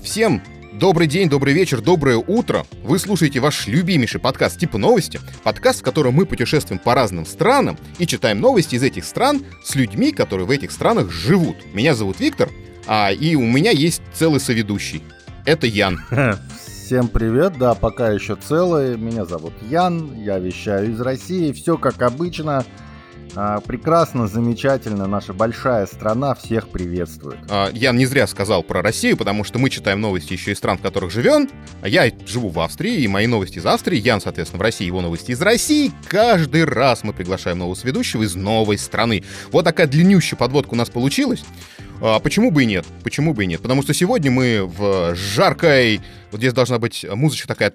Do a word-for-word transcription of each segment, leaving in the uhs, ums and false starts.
Всем добрый день, добрый вечер, доброе утро. Вы слушаете ваш любимейший подкаст типа новости. Подкаст, в котором мы путешествуем по разным странам и читаем новости из этих стран с людьми, которые в этих странах живут. Меня зовут Виктор, а, и у меня есть целый соведущий. Это Ян. Всем привет, да, пока еще целый. Меня зовут Ян, я вещаю из России. Все как обычно. А, прекрасно, замечательно, наша большая страна всех приветствует. А, Ян не зря сказал про Россию, потому что мы читаем новости еще из стран, в которых живем. Я живу в Австрии, и мои новости из Австрии. Ян, соответственно, в России, его новости из России. Каждый раз мы приглашаем нового соведущего из новой страны. Вот такая длиннющая подводка у нас получилась. А, почему бы и нет? Почему бы и нет? Потому что сегодня мы в жаркой... Вот здесь должна быть музычка такая...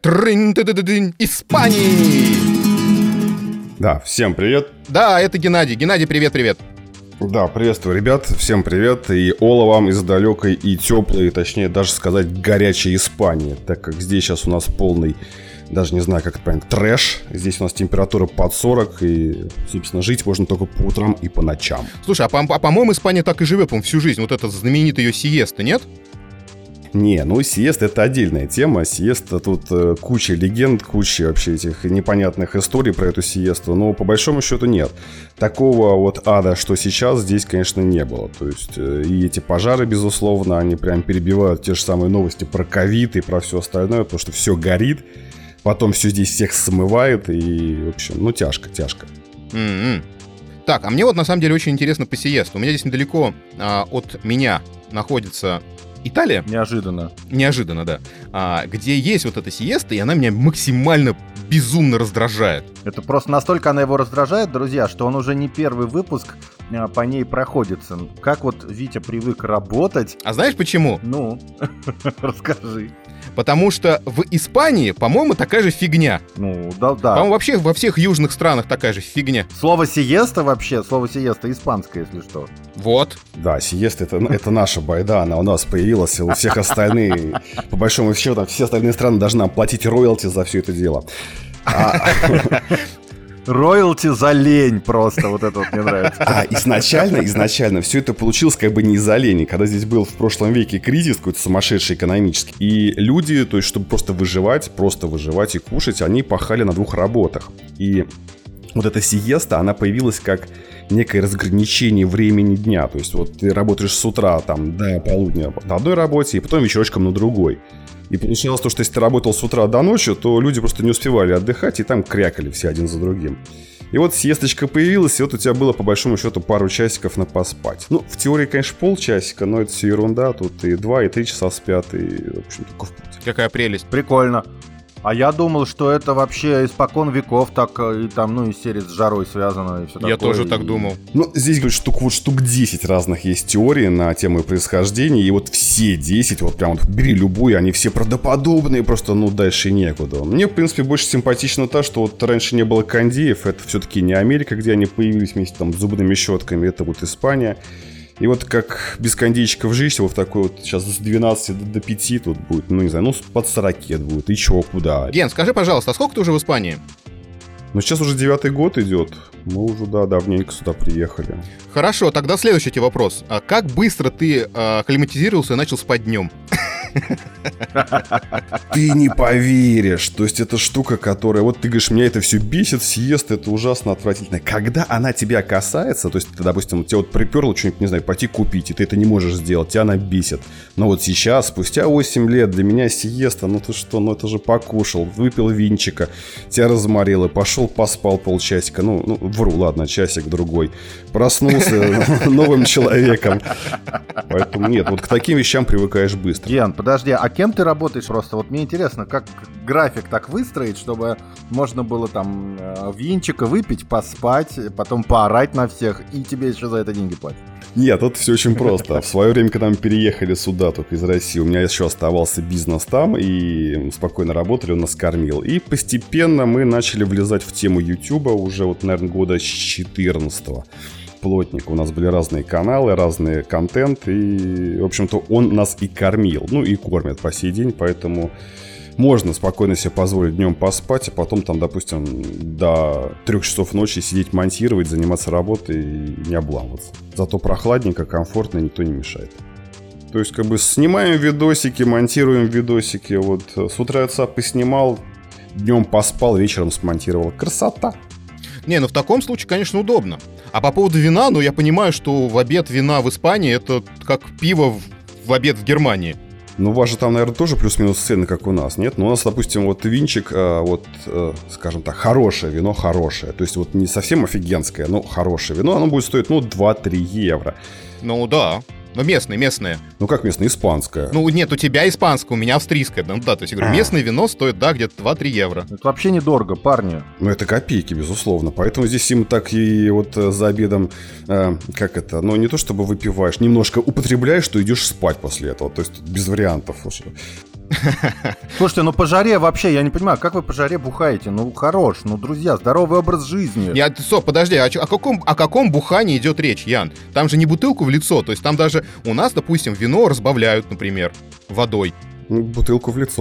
Испании! Да, всем привет. Да, это Геннадий. Геннадий, привет-привет. Да, приветствую, ребят. Всем привет. И ола вам из далекой и теплой, точнее даже сказать, горячей Испании. Так как здесь сейчас у нас полный, даже не знаю, как это правильно, трэш. Здесь у нас температура под сорок, и, собственно, жить можно только по утрам и по ночам. Слушай, а, по- а по-моему, Испания так и живет, по-моему, всю жизнь. Вот эта знаменитая ее сиеста, нет? Не, ну сиеста это отдельная тема. Сиеста тут э, куча легенд, куча вообще этих непонятных историй про эту сиесту. Но по большому счету нет. Такого вот ада, что сейчас, здесь, конечно, не было. То есть э, и эти пожары, безусловно, они прям перебивают те же самые новости про ковид и про все остальное, потому что все горит. Потом все здесь всех смывает. И, в общем, ну тяжко, тяжко. Mm-hmm. Так, а мне вот на самом деле очень интересно по сиесту. У меня здесь недалеко а, от меня находится... Италия. Неожиданно. Неожиданно, да. А, где есть вот эта сиеста, и она меня максимально безумно раздражает. Это просто настолько она его раздражает, друзья, что он уже не первый выпуск а, по ней проходится. Как вот Витя привык работать. А знаешь почему? Ну, расскажи. Потому что в Испании, по-моему, такая же фигня. Ну, да, да. По-моему, вообще во всех южных странах такая же фигня. Слово сиеста вообще, слово сиеста испанское, если что. Вот. Да, сиеста это, это наша байда, она у нас появилась, у всех остальные, по большому счету, все остальные страны должны оплатить роялти за все это дело. Роялти за лень просто, вот это вот мне нравится. А изначально, изначально все это получилось как бы не из-за лени. Когда здесь был в прошлом веке кризис какой-то сумасшедший экономический, и люди, то есть чтобы просто выживать, просто выживать и кушать, они пахали на двух работах. И вот эта сиеста, она появилась как некое разграничение времени дня. То есть вот ты работаешь с утра там до полудня на одной работе, и потом вечерочком на другой. И получалось то, что если ты работал с утра до ночи, то люди просто не успевали отдыхать, и там крякали все один за другим. И вот сиесточка появилась, и вот у тебя было по большому счету пару часиков на поспать. Ну, в теории, конечно, полчасика, но это все ерунда. Тут и два, и три часа спят, и, в общем, только в путь. Какая прелесть. Прикольно. А я думал, что это вообще испокон веков так и там, ну, из серии с жарой связано и все такое. Я тоже и... так думал. Ну, здесь, говорит, штук, вот штук десять разных есть теорий на тему происхождения, и вот все десять, вот прям вот бери любую, они все правдоподобные, просто, ну, дальше некуда. Мне, в принципе, больше симпатична та, что вот раньше не было кондеев, это все-таки не Америка, где они появились вместе там с зубными щетками, это вот Испания. И вот как без кондейчиков жить, вот в такой вот сейчас с двенадцати до пяти тут будет, ну не знаю, ну под сорокет будет, и чё, куда? Ген, скажи, пожалуйста, а сколько ты уже в Испании? Ну сейчас уже девятый год идет, мы уже, да, давненько сюда приехали. Хорошо, тогда следующий тебе вопрос. А как быстро ты а, акклиматизировался и начал спать днем? Ты не поверишь. То есть это штука, которая... Вот ты говоришь, меня это все бесит, сиеста, это ужасно отвратительно. Когда она тебя касается, то есть ты, допустим, тебя вот приперло что-нибудь, не знаю, пойти купить, и ты это не можешь сделать, тебя она бесит. Но вот сейчас, спустя восемь лет, для меня сиеста, ну ты что, ну это же покушал, выпил винчика, тебя разморило, пошел поспал полчасика, ну, ну вру, ладно, часик-другой. Проснулся новым человеком. Поэтому нет, вот к таким вещам привыкаешь быстро. Ген, подожди, а кем ты работаешь просто? Вот мне интересно, как график так выстроить, чтобы можно было там винчика выпить, поспать, потом поорать на всех, и тебе еще за это деньги платят? Нет, тут все очень просто. В свое время, когда мы переехали сюда, только из России, у меня еще оставался бизнес там, и мы спокойно работали, он нас кормил. И постепенно мы начали влезать в тему Ютуба уже, вот, наверное, года с четырнадцатого. Плотник. У нас были разные каналы, разный контент, и, в общем-то, он нас и кормил, ну и кормит по сей день, поэтому можно спокойно себе позволить днем поспать, а потом там, допустим, до трех часов ночи сидеть монтировать, заниматься работой и не обламываться. Зато прохладненько, комфортно, никто не мешает. То есть, как бы, снимаем видосики, монтируем видосики. Вот с утра отца поснимал, днем поспал, вечером смонтировал. Красота! Не, ну в таком случае, конечно, удобно. А по поводу вина, ну я понимаю, что в обед вина в Испании это как пиво в, в обед в Германии. Ну, у вас же там, наверное, тоже плюс-минус цены, как у нас, нет? Ну, у нас, допустим, вот винчик, вот, скажем так, хорошее вино, хорошее. То есть вот не совсем офигенское, но хорошее вино, оно будет стоить, ну, два-три евро. Ну, да. Но местное, местное. Ну, как местное? Испанское. Ну, нет, у тебя испанское, у меня австрийское. Ну, да, то есть, я говорю, местное вино стоит, да, где-то два-три евро. Это вообще недорого, парни. Ну, это копейки, безусловно. Поэтому здесь им так и вот за обедом, э, как это, ну, не то чтобы выпиваешь, немножко употребляешь, что идешь спать после этого. То есть, без вариантов уже. Слушайте, ну по жаре вообще, я не понимаю, как вы по жаре бухаете? Ну хорош, ну, друзья, здоровый образ жизни. Я, стоп, подожди, а о каком, о каком бухании идет речь, Ян? Там же не бутылку в лицо, то есть там даже у нас, допустим, вино разбавляют, например, водой. Ну, бутылку в лицо.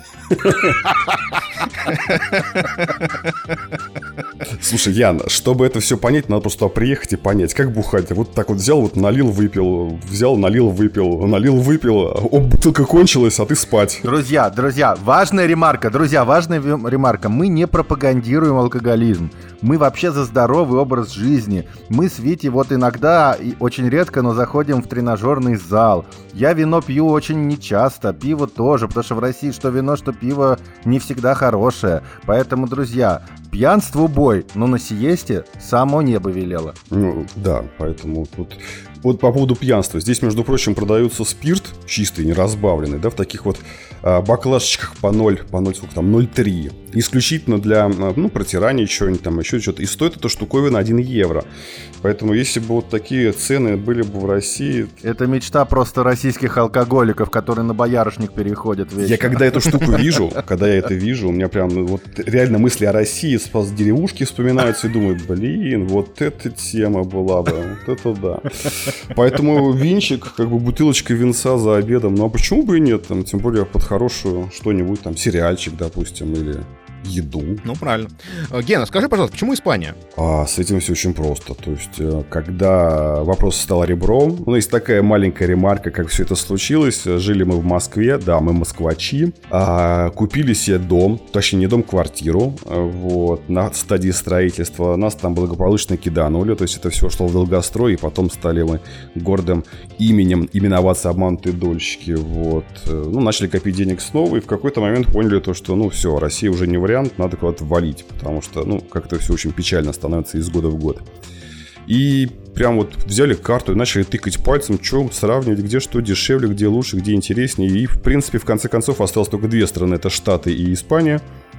Слушай, Ян, чтобы это все понять, надо просто приехать и понять, как бухать. Вот так вот взял, вот налил, выпил, взял, налил, выпил, налил, выпил, о, бутылка кончилась, а ты спать. Друзья, друзья, важная ремарка, друзья, важная ремарка. Мы не пропагандируем алкоголизм. Мы вообще за здоровый образ жизни. Мы с Витей вот иногда, и очень редко, но заходим в тренажерный зал. Я вино пью очень нечасто, пиво тоже, потому что в России что вино, что пиво не всегда хорошее. Поэтому, друзья, пьянство убой, но на сиесте само небо велело. Ну, да, поэтому тут... Вот по поводу пьянства. Здесь, между прочим, продается спирт чистый, не разбавленный, да, в таких вот а, баклажечках по ноль, по ноль, сколько там, ноль целых три десятых. Исключительно для, ну, протирания чего-нибудь там, еще что-то. И стоит эта штуковина один евро. Поэтому, если бы вот такие цены были бы в России... Это мечта просто российских алкоголиков, которые на боярышник переходят вечно. Я когда эту штуку вижу, когда я это вижу, у меня прям вот реально мысли о России, с деревушки вспоминаются и думаю, блин, вот эта тема была бы, вот это да. Поэтому винчик, как бы бутылочка винца за обедом, ну а почему бы и нет, там, тем более под хорошую что-нибудь, там, сериальчик, допустим, или еду. Ну, правильно. Гена, скажи, пожалуйста, почему Испания? А, с этим все очень просто. То есть, когда вопрос стал ребром, ну, есть такая маленькая ремарка, как все это случилось. Жили мы в Москве, да, мы москвачи, а, купили себе дом, точнее, не дом, квартиру, вот, на стадии строительства. Нас там благополучно киданули, то есть, это все шло в долгострой, и потом стали мы гордым именем именоваться обманутые дольщики, вот. Ну, начали копить денег снова, и в какой-то момент поняли то, что, ну, все, Россия уже не вариант, надо куда-то валить, потому что, ну, как-то все очень печально становится из года в год. И прям вот взяли карту и начали тыкать пальцем, что сравнивать, где что дешевле, где лучше, где интереснее. И, в принципе, в конце концов, осталось только две страны, это Штаты и Испания.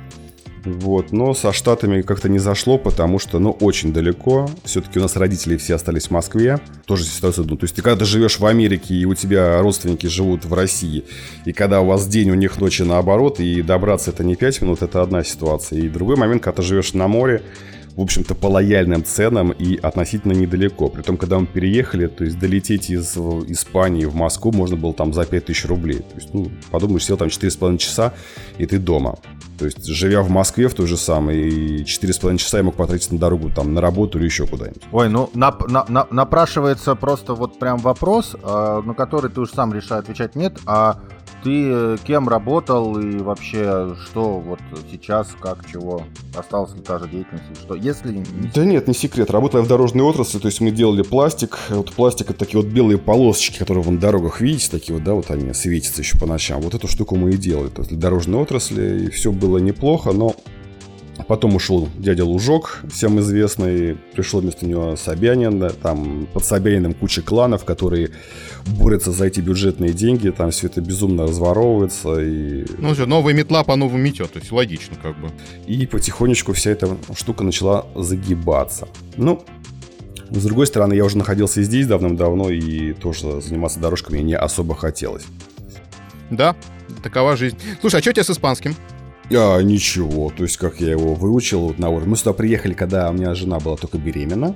Вот, но со Штатами как-то не зашло, потому что, ну, очень далеко. Все-таки у нас родители все остались в Москве. Тоже ситуация, ну, то есть ты когда ты живешь в Америке, и у тебя родственники живут в России, и когда у вас день, у них ночи наоборот, и добраться это не пять минут, это одна ситуация. И другой момент, когда ты живешь на море, в общем-то, по лояльным ценам и относительно недалеко. Притом, когда мы переехали, то есть долететь из Испании в Москву можно было там за пять тысяч рублей. То есть, ну, подумаешь, сел там четыре с половиной часа, и ты дома. То есть, живя в Москве в той же самой, четыре с половиной часа я мог потратить на дорогу, там, на работу или еще куда-нибудь. Ой, ну, нап- на- на- напрашивается просто вот прям вопрос, э, на который ты уж сам решай отвечать нет, а ты кем работал и вообще что вот сейчас, как, чего? Осталась ли та же деятельность? Что, если... Не... Да нет, не секрет. Работал я в дорожной отрасли, то есть мы делали пластик. Вот пластик — это такие вот белые полосочки, которые вы на дорогах видите, такие вот, да, вот они светятся еще по ночам. Вот эту штуку мы и делали. То есть для дорожной отрасли, и все было неплохо, но потом ушел дядя Лужок, всем известный, пришел вместо него Собянин, да, там под Собяниным куча кланов, которые борются за эти бюджетные деньги, там все это безумно разворовывается. И... Ну, все, новая метла по-новому метет, то есть логично как бы. И потихонечку вся эта штука начала загибаться. Ну, с другой стороны, я уже находился здесь давным-давно, и тоже заниматься дорожками не особо хотелось. Да, такова жизнь. Слушай, а что у тебя с испанским? А, ничего, то есть как я его выучил на уровне. Мы сюда приехали, когда у меня жена была только беременна.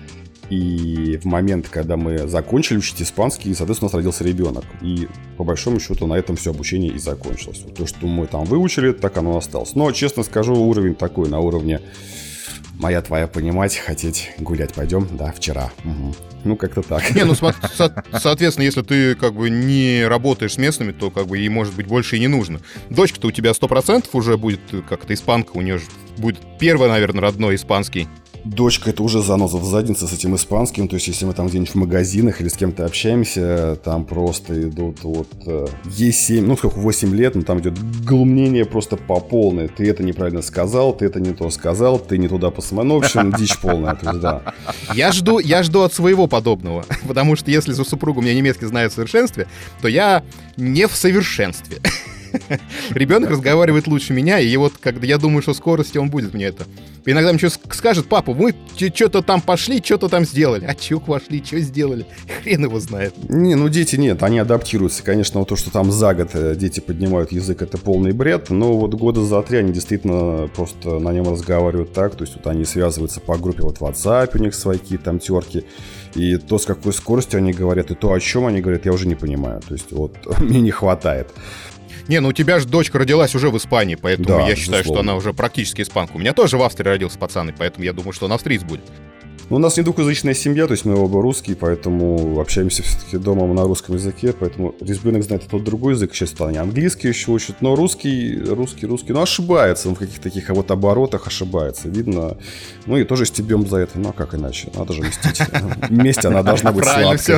И в момент, когда мы закончили учить испанский, соответственно, у нас родился ребенок. И по большому счету на этом все обучение и закончилось. То, что мы там выучили, так оно осталось. Но, честно скажу, уровень такой, на уровне моя твоя понимать, хотеть гулять пойдем, да, вчера. Угу. Ну, как-то так. Не, ну, со- соответственно, если ты как бы не работаешь с местными, то как бы ей, может быть, больше и не нужно. Дочка-то у тебя сто процентов уже будет как-то испанка, у нее же будет первый, наверное, родной испанский. Дочка — это уже заноза в заднице с этим испанским, то есть если мы там где-нибудь в магазинах или с кем-то общаемся, там просто идут вот ей семь, ну сколько, восемь лет, но там идет глумнение просто по полной. Ты это неправильно сказал, ты это не то сказал, ты не туда посмотрел, ну в общем, дичь полная, то есть да. Я жду, я жду от своего подобного, потому что если за супругу у меня немецкий знает в совершенстве, то я не в совершенстве. Ребенок разговаривает лучше меня, и вот когда я думаю, что скорости он будет мне это. Иногда мне что скажет: папа, мы что-то там пошли, что-то там сделали. А чё пошли, что сделали? Хрен его знает. Не, ну дети нет, они адаптируются. Конечно, вот то, что там за год дети поднимают язык, это полный бред. Но вот года за три они действительно просто на нем разговаривают так. То есть вот они связываются по группе, вот в WhatsApp у них свои какие-то там терки. И то, с какой скоростью они говорят, и то, о чем они говорят, я уже не понимаю. То есть вот мне не хватает. Не, ну у тебя же дочка родилась уже в Испании, поэтому да, я считаю, безусловно. что она уже практически испанка. У меня тоже в Австрии родился пацан, и поэтому я думаю, что он австриец будет. У нас не двухязычная семья, то есть мы оба русские, поэтому общаемся все-таки дома на русском языке, поэтому ребенок знает тот другой язык, сейчас они английский еще учат, но русский, русский, русский, ну ошибается, он в каких-то таких вот оборотах ошибается, видно, ну и тоже стебем за это, ну а как иначе, надо же мстить, месть она должна быть сладкой.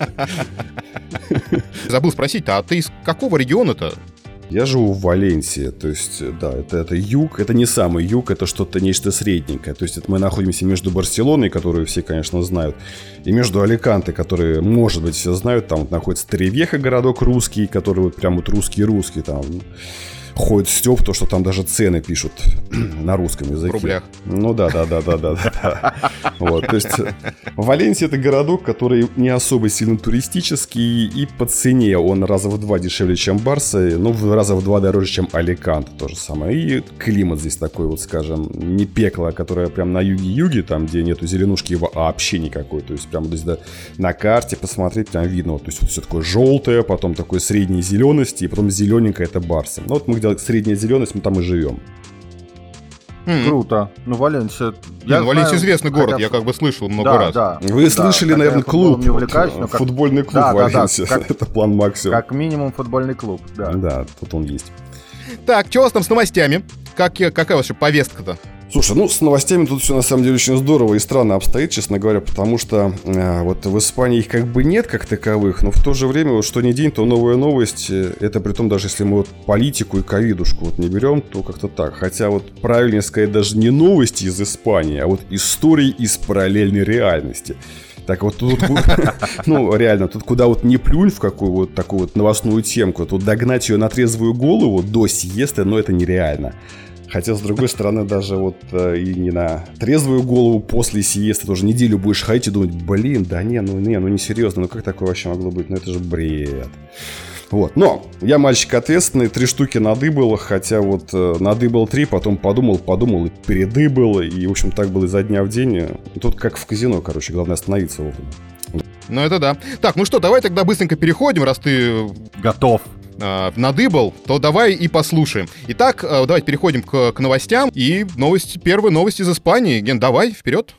Забыл спросить, а ты из какого региона-то? Я живу в Валенсии, то есть, да, это, это юг, это не самый юг, это что-то нечто средненькое. То есть это мы находимся между Барселоной, которую все, конечно, знают, и между Аликанте, которые, может быть, все знают. Там вот находится Торревьеха, городок русский, который вот прям вот русский-русский, там ходит стёб, то, что там даже цены пишут на русском языке. В рублях. Ну да, да, да, да, да, да. Вот, то есть Валенсия — это городок, который не особо сильно туристический, и по цене он раза в два дешевле, чем Барса, ну, в раза в два дороже, чем Аликанте, то же самое. И климат здесь такой вот, скажем, не пекло, которое прям на юге-юге, там, где нету зеленушки вообще никакой. То есть прям здесь да, на карте посмотреть, прям видно, вот, то есть вот все такое желтое, потом такой средней зелености, и потом зелененькое — это Барса. Ну вот мы где средняя зеленость, мы там и живем. Mm-hmm. Круто. Ну, Валенсия... Я ну, Валенсия известный город, хотя... я как бы слышал много да, раз. Да. Вы да, слышали, наверное, клуб. Не увлекаюсь, но как... Футбольный клуб да, Валенсия. Да, да, как... Это план Максима. Как минимум футбольный клуб, да. Да, тут он есть. Так, что у вас там с новостями? Как, какая у вас еще повестка-то? Слушай, ну с новостями тут все на самом деле очень здорово и странно обстоит, честно говоря, потому что э, вот в Испании их как бы нет как таковых, но в то же время вот что ни день, то новая новость. Это при том, даже если мы вот политику и ковидушку вот не берем, то как-то так. Хотя вот правильнее сказать даже не новости из Испании, а вот истории из параллельной реальности. Так вот тут, ну реально, тут куда вот не плюнь в какую вот такую вот новостную темку, тут догнать ее на трезвую голову до сиесты, но это нереально. Хотя, с другой стороны, даже вот э, и не на трезвую голову после сиесты тоже неделю будешь ходить и думать: блин, да не, ну не, ну не серьезно, ну как такое вообще могло быть, ну это же бред. Вот, но я мальчик ответственный, три штуки надыбал, хотя вот э, надыбал три, потом подумал, подумал и передыбал, и в общем так было изо дня в день. Тут как в казино, короче, главное остановиться вовремя. Ну это да. Так, ну что, давай тогда быстренько переходим, раз ты... Готов. Надыбал, то давай и послушаем. Итак, давайте переходим к, к новостям. И новости, первые новости из Испании. Ген, давай, вперед.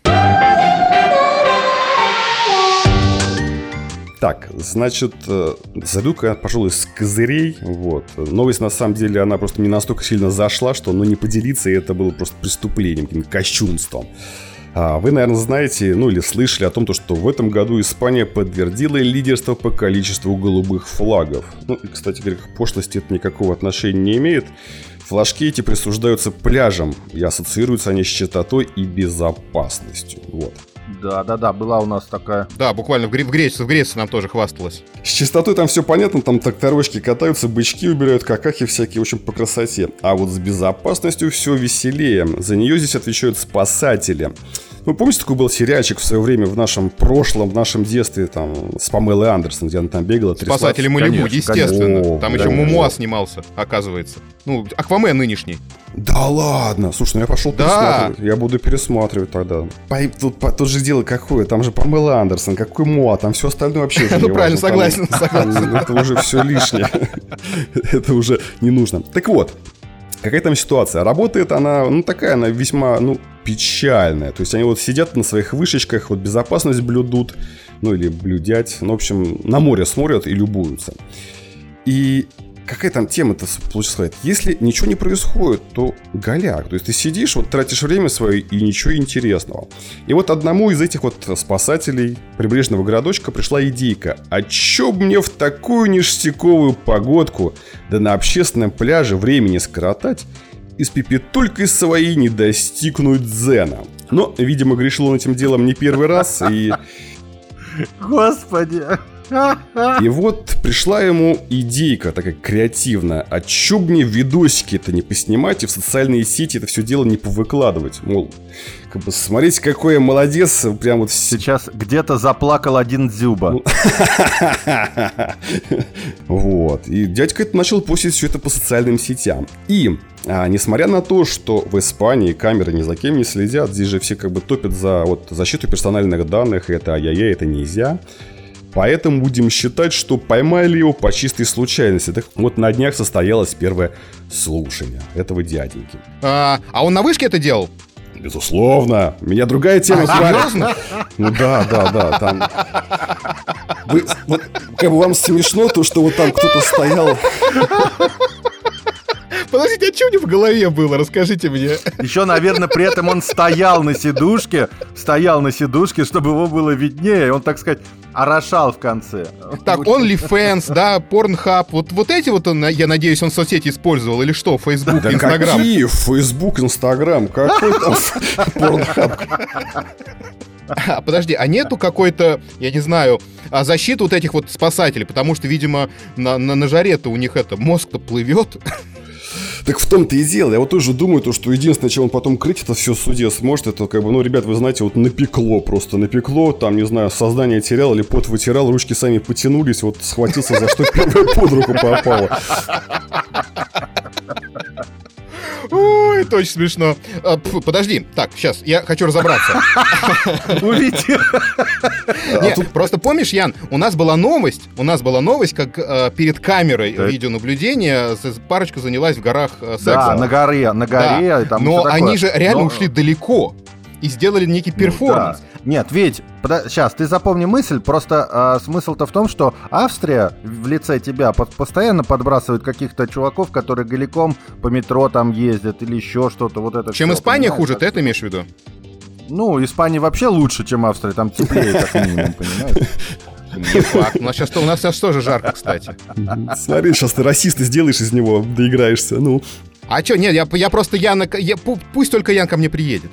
Так, значит, зайду-ка я, пожалуй, с козырей. Вот. Новость, на самом деле, она просто не настолько сильно зашла, что ну, не поделиться, и это было просто преступлением, каким-то кощунством. Вы, наверное, знаете, ну или слышали о том, что в этом году Испания подтвердила лидерство по количеству голубых флагов. Ну и, кстати говоря, к пошлости это никакого отношения не имеет. Флажки эти присуждаются пляжам, и ассоциируются они с чистотой и безопасностью. Вот. Да-да-да, была у нас такая... Да, буквально в, Гре- в, Греции, в Греции нам тоже хвасталась. С чистотой там все понятно, там тракторочки катаются, бычки убирают, какахи всякие, в общем, по красоте. А вот с безопасностью все веселее. За нее здесь отвечают спасатели. Вы помните, такой был сериальчик в свое время в нашем прошлом, в нашем детстве, там, с Памелой Андерсон, где она там бегала, тряслась? Спасатели Малибу, естественно. О, там да, еще Мумуа да. снимался, оказывается. Ну, Аквамен нынешний. Да ладно, слушай, ну я пошел да. пересматривать. Я буду пересматривать тогда. Тут, тут же дело какое, там же Памела Андерсон, какой Муа, там все остальное вообще уже Ну правильно, согласен, согласен. Это уже все лишнее. Это уже не нужно. Так вот. какая там ситуация? Работает она, ну, такая, она весьма, ну, печальная. То есть они вот сидят на своих вышечках, вот безопасность блюдут, ну, или блюдять. Ну, в общем, на море смотрят и любуются. И какая там тема-то получилась? Если ничего не происходит, то голяк. То есть ты сидишь, вот тратишь время свое и ничего интересного. И вот одному из этих вот спасателей прибрежного городочка пришла идейка. А чё б мне в такую ништяковую погодку, да на общественном пляже времени скоротать, и с пипетулькой своей не достигнуть дзена. Но, видимо, грешил он этим делом не первый раз, и... Господи! И вот пришла ему идейка такая креативная. А чё б мне видосики-то не поснимать и в социальные сети это все дело не повыкладывать? Мол, как бы смотрите, какой я молодец. Прям вот... Сейчас где-то заплакал один Дзюба. Вот. И дядька это начал постить все это по социальным сетям. И... А, несмотря на то, что в Испании камеры ни за кем не следят, здесь же все как бы топят за вот, защиту персональных данных, это ай-яй-яй, это нельзя. Поэтому будем считать, что поймали его по чистой случайности. Так вот, на днях состоялось первое слушание этого дяденьки. А, а он на вышке это делал? Безусловно. Меня другая тема. А, серьезно? Ну да, да, да. Там... Вы, вот, как бы вам смешно то, что вот там кто-то стоял... Подождите, а что у него в голове было? Расскажите мне. Еще, наверное, при этом он стоял на сидушке, стоял на сидушке, чтобы его было виднее. Он, так сказать, орошал в конце. Так, OnlyFans, да, Pornhub. Вот, вот эти вот, он, я надеюсь, он соцсети использовал. Или что, Facebook, да Instagram? Какие? Facebook, Instagram? Какой там Pornhub? А, подожди, а нету какой-то, я не знаю, защиты вот этих вот спасателей? Потому что, видимо, на, на, на жаре-то у них это, мозг-то плывет. Так в том-то и дело. Я вот тоже думаю, то, что единственное, чем он потом крыть это все в суде сможет, это как бы, ну, ребят, вы знаете, вот напекло просто, напекло, там, не знаю, сознание терял или пот вытирал, ручки сами потянулись, вот схватился за что первое под руку попало. Ой, это очень смешно. А, пф, подожди, так, сейчас, я хочу разобраться. Увидел. Нет, просто помнишь, Ян, у нас была новость, у нас была новость, как э, перед камерой видеонаблюдения парочка занялась в горах э, сексом. Да, на горе, на горе. Да. И там но они же реально но... ушли далеко и сделали некий перформанс. Ну, да. Нет, ведь, под... сейчас, ты запомни мысль, просто э, смысл-то в том, что Австрия в лице тебя под... постоянно подбрасывает каких-то чуваков, которые голиком по метро там ездят или еще что-то. Вот это чем все, Испания понимаешь? хуже, ты это имеешь в виду? Ну, Испания вообще лучше, чем Австрия, там теплее, как минимум, понимаешь? Не факт. У нас сейчас, у нас сейчас тоже жарко, кстати. Смотри, сейчас ты расиста сделаешь из него, доиграешься, ну. А что, нет, я, я просто Яна... Я, пусть только Ян ко мне приедет.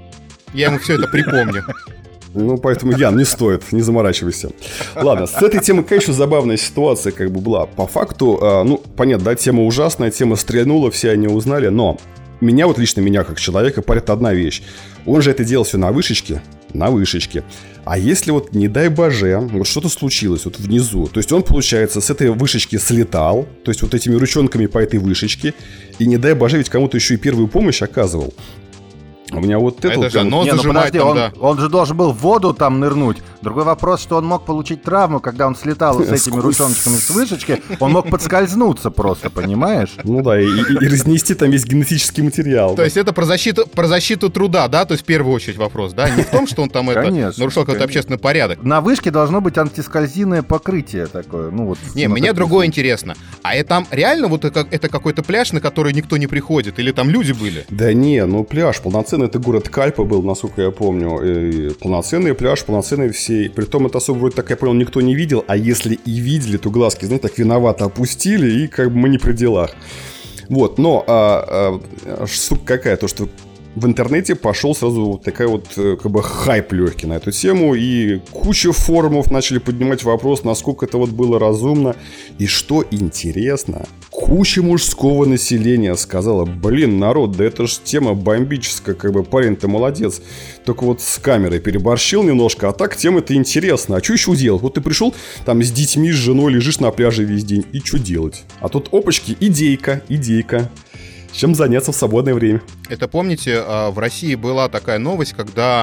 Я ему все это припомню. Ну, поэтому, Ян, не стоит, не заморачивайся. Ладно, с этой темой, конечно, забавная ситуация как бы была. По факту, э, ну, понятно, да, тема ужасная, тема стрельнула, все они узнали, но меня, вот лично меня, как человека, парит одна вещь. Он же это делал все на вышечке, на вышечке. А если вот, не дай боже, вот что-то случилось вот внизу, то есть он, получается, с этой вышечки слетал, то есть вот этими ручонками по этой вышечке, и не дай боже, ведь кому-то еще и первую помощь оказывал. У меня вот это, это вот же прям... нос Не, ну зажимает подожди, там, он, да. он же должен был в воду там нырнуть. Другой вопрос, что он мог получить травму, когда он слетал с этими ручоночками с вышечки. Он мог подскользнуться просто, понимаешь? Ну да, и, и, и разнести там весь генетический материал. То да. есть это про защиту, про защиту труда, да? То есть в первую очередь вопрос, да? Не в том, что он там это нарушал какой-то общественный порядок. На вышке должно быть антискользийное покрытие такое. Ну, вот, не, ну, мне другое интересно. А это там реально вот это, это какой-то пляж, на который никто не приходит? Или там люди были? Да не, ну пляж полноценный, это город Кальпа был, насколько я помню. И полноценный пляж, полноценный все. Притом это особо вроде так, я понял, никто не видел. А если и видели, то глазки, знаете, так виновато опустили, и как бы мы не при делах. Вот, но а, а, штука какая, то что в интернете пошел сразу такая вот как бы хайп легкий на эту тему, и куча форумов начали поднимать вопрос, насколько это вот было разумно. И что интересно, куча мужского населения сказала: блин, народ, да это ж тема бомбическая, как бы парень, ты молодец. Только вот с камерой переборщил немножко, а так тема-то интересна. А что еще делать? Вот ты пришел там с детьми, с женой, лежишь на пляже весь день, и что делать? А тут, опачки, идейка, идейка. Чем заняться в свободное время? Это, помните, в России была такая новость, когда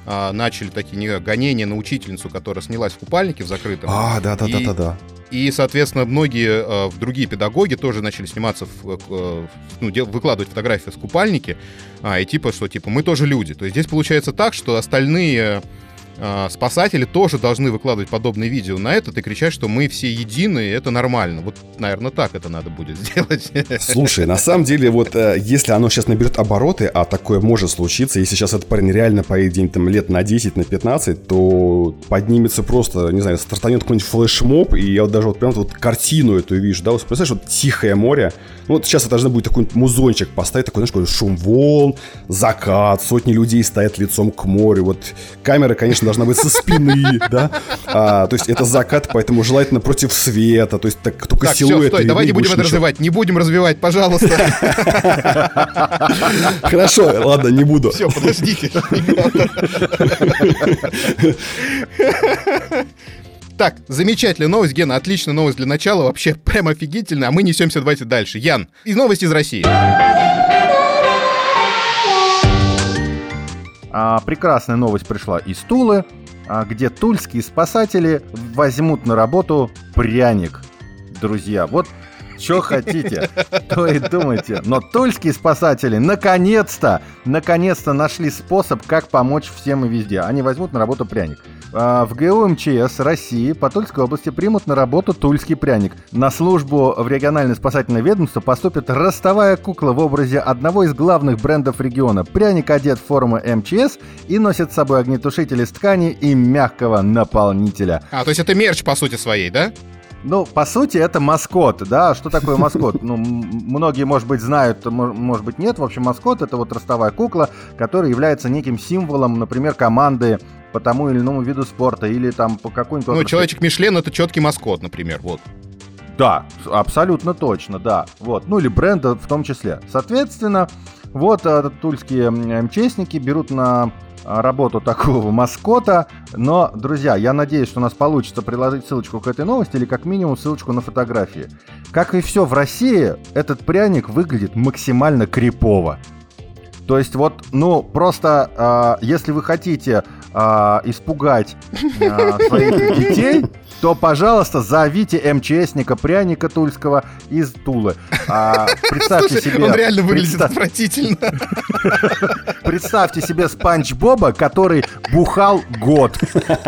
а, начали такие не, гонения на учительницу, которая снялась в купальнике в закрытом. А, да-да-да-да-да. И, соответственно, многие э, другие педагоги тоже начали сниматься, в, э, ну, дел, выкладывать фотографии с купальники, а, и типа, что типа мы тоже люди. То есть здесь получается так, что остальные э, спасатели тоже должны выкладывать подобные видео на этот и кричать, что мы все едины, и это нормально. Вот, наверное, так это надо будет сделать. Слушай, на самом деле, вот если оно сейчас наберет обороты, а такое может случиться, если сейчас этот парень реально поедет где-нибудь там лет на десять, на пятнадцать, то поднимется просто, не знаю, стартанет какой-нибудь флешмоб, и я вот даже вот прям вот картину эту вижу, да, вот представляешь, вот тихое море, ну вот сейчас это должно будет такой музончик поставить, такой, знаешь, какой шум волн, закат, сотни людей стоят лицом к морю, вот камера, конечно, должна быть со спины, да, а, то есть это закат, поэтому желательно против света, то есть так, только так, силуэт. Все, стой, давай не будем это развивать, не будем развивать, пожалуйста. Хорошо, ладно, не буду. Все, подождите. Так, замечательная новость, Гена, отличная новость для начала, вообще прям офигительная, а мы несемся, давайте дальше. Ян, и новости из России. А, прекрасная новость пришла из Тулы, а, где тульские спасатели возьмут на работу пряник. Друзья, вот что хотите, то и думайте. Но тульские спасатели наконец-то, наконец-то нашли способ, как помочь всем и везде. Они возьмут на работу пряник. В ГУ МЧС России по Тульской области примут на работу тульский пряник. На службу в региональное спасательное ведомство поступит ростовая кукла в образе одного из главных брендов региона. Пряник одет в форму МЧС и носит с собой огнетушитель из ткани и мягкого наполнителя. А, то есть это мерч по сути своей, да? Ну, по сути, это маскот, да? Что такое маскот? Ну, многие, может быть, знают, может быть, нет. В общем, маскот — это вот ростовая кукла, которая является неким символом, например, команды по тому или иному виду спорта или там по какой-нибудь... Ну, человечек Мишлен — это четкий маскот, например, вот. Да, абсолютно точно, да. Вот. Ну, или бренда в том числе. Соответственно, вот э, тульские МЧСники берут на работу такого маскота. Но, друзья, я надеюсь, что у нас получится приложить ссылочку к этой новости или как минимум ссылочку на фотографии. Как и все в России, этот пряник выглядит максимально крипово. То есть вот, ну, просто, э, если вы хотите э, испугать э, своих детей, то, пожалуйста, зовите МЧСника пряника тульского из Тулы. А, представьте Слушай, себе... он реально выглядит представ... отвратительно. Представьте себе Спанч Боба, который бухал год.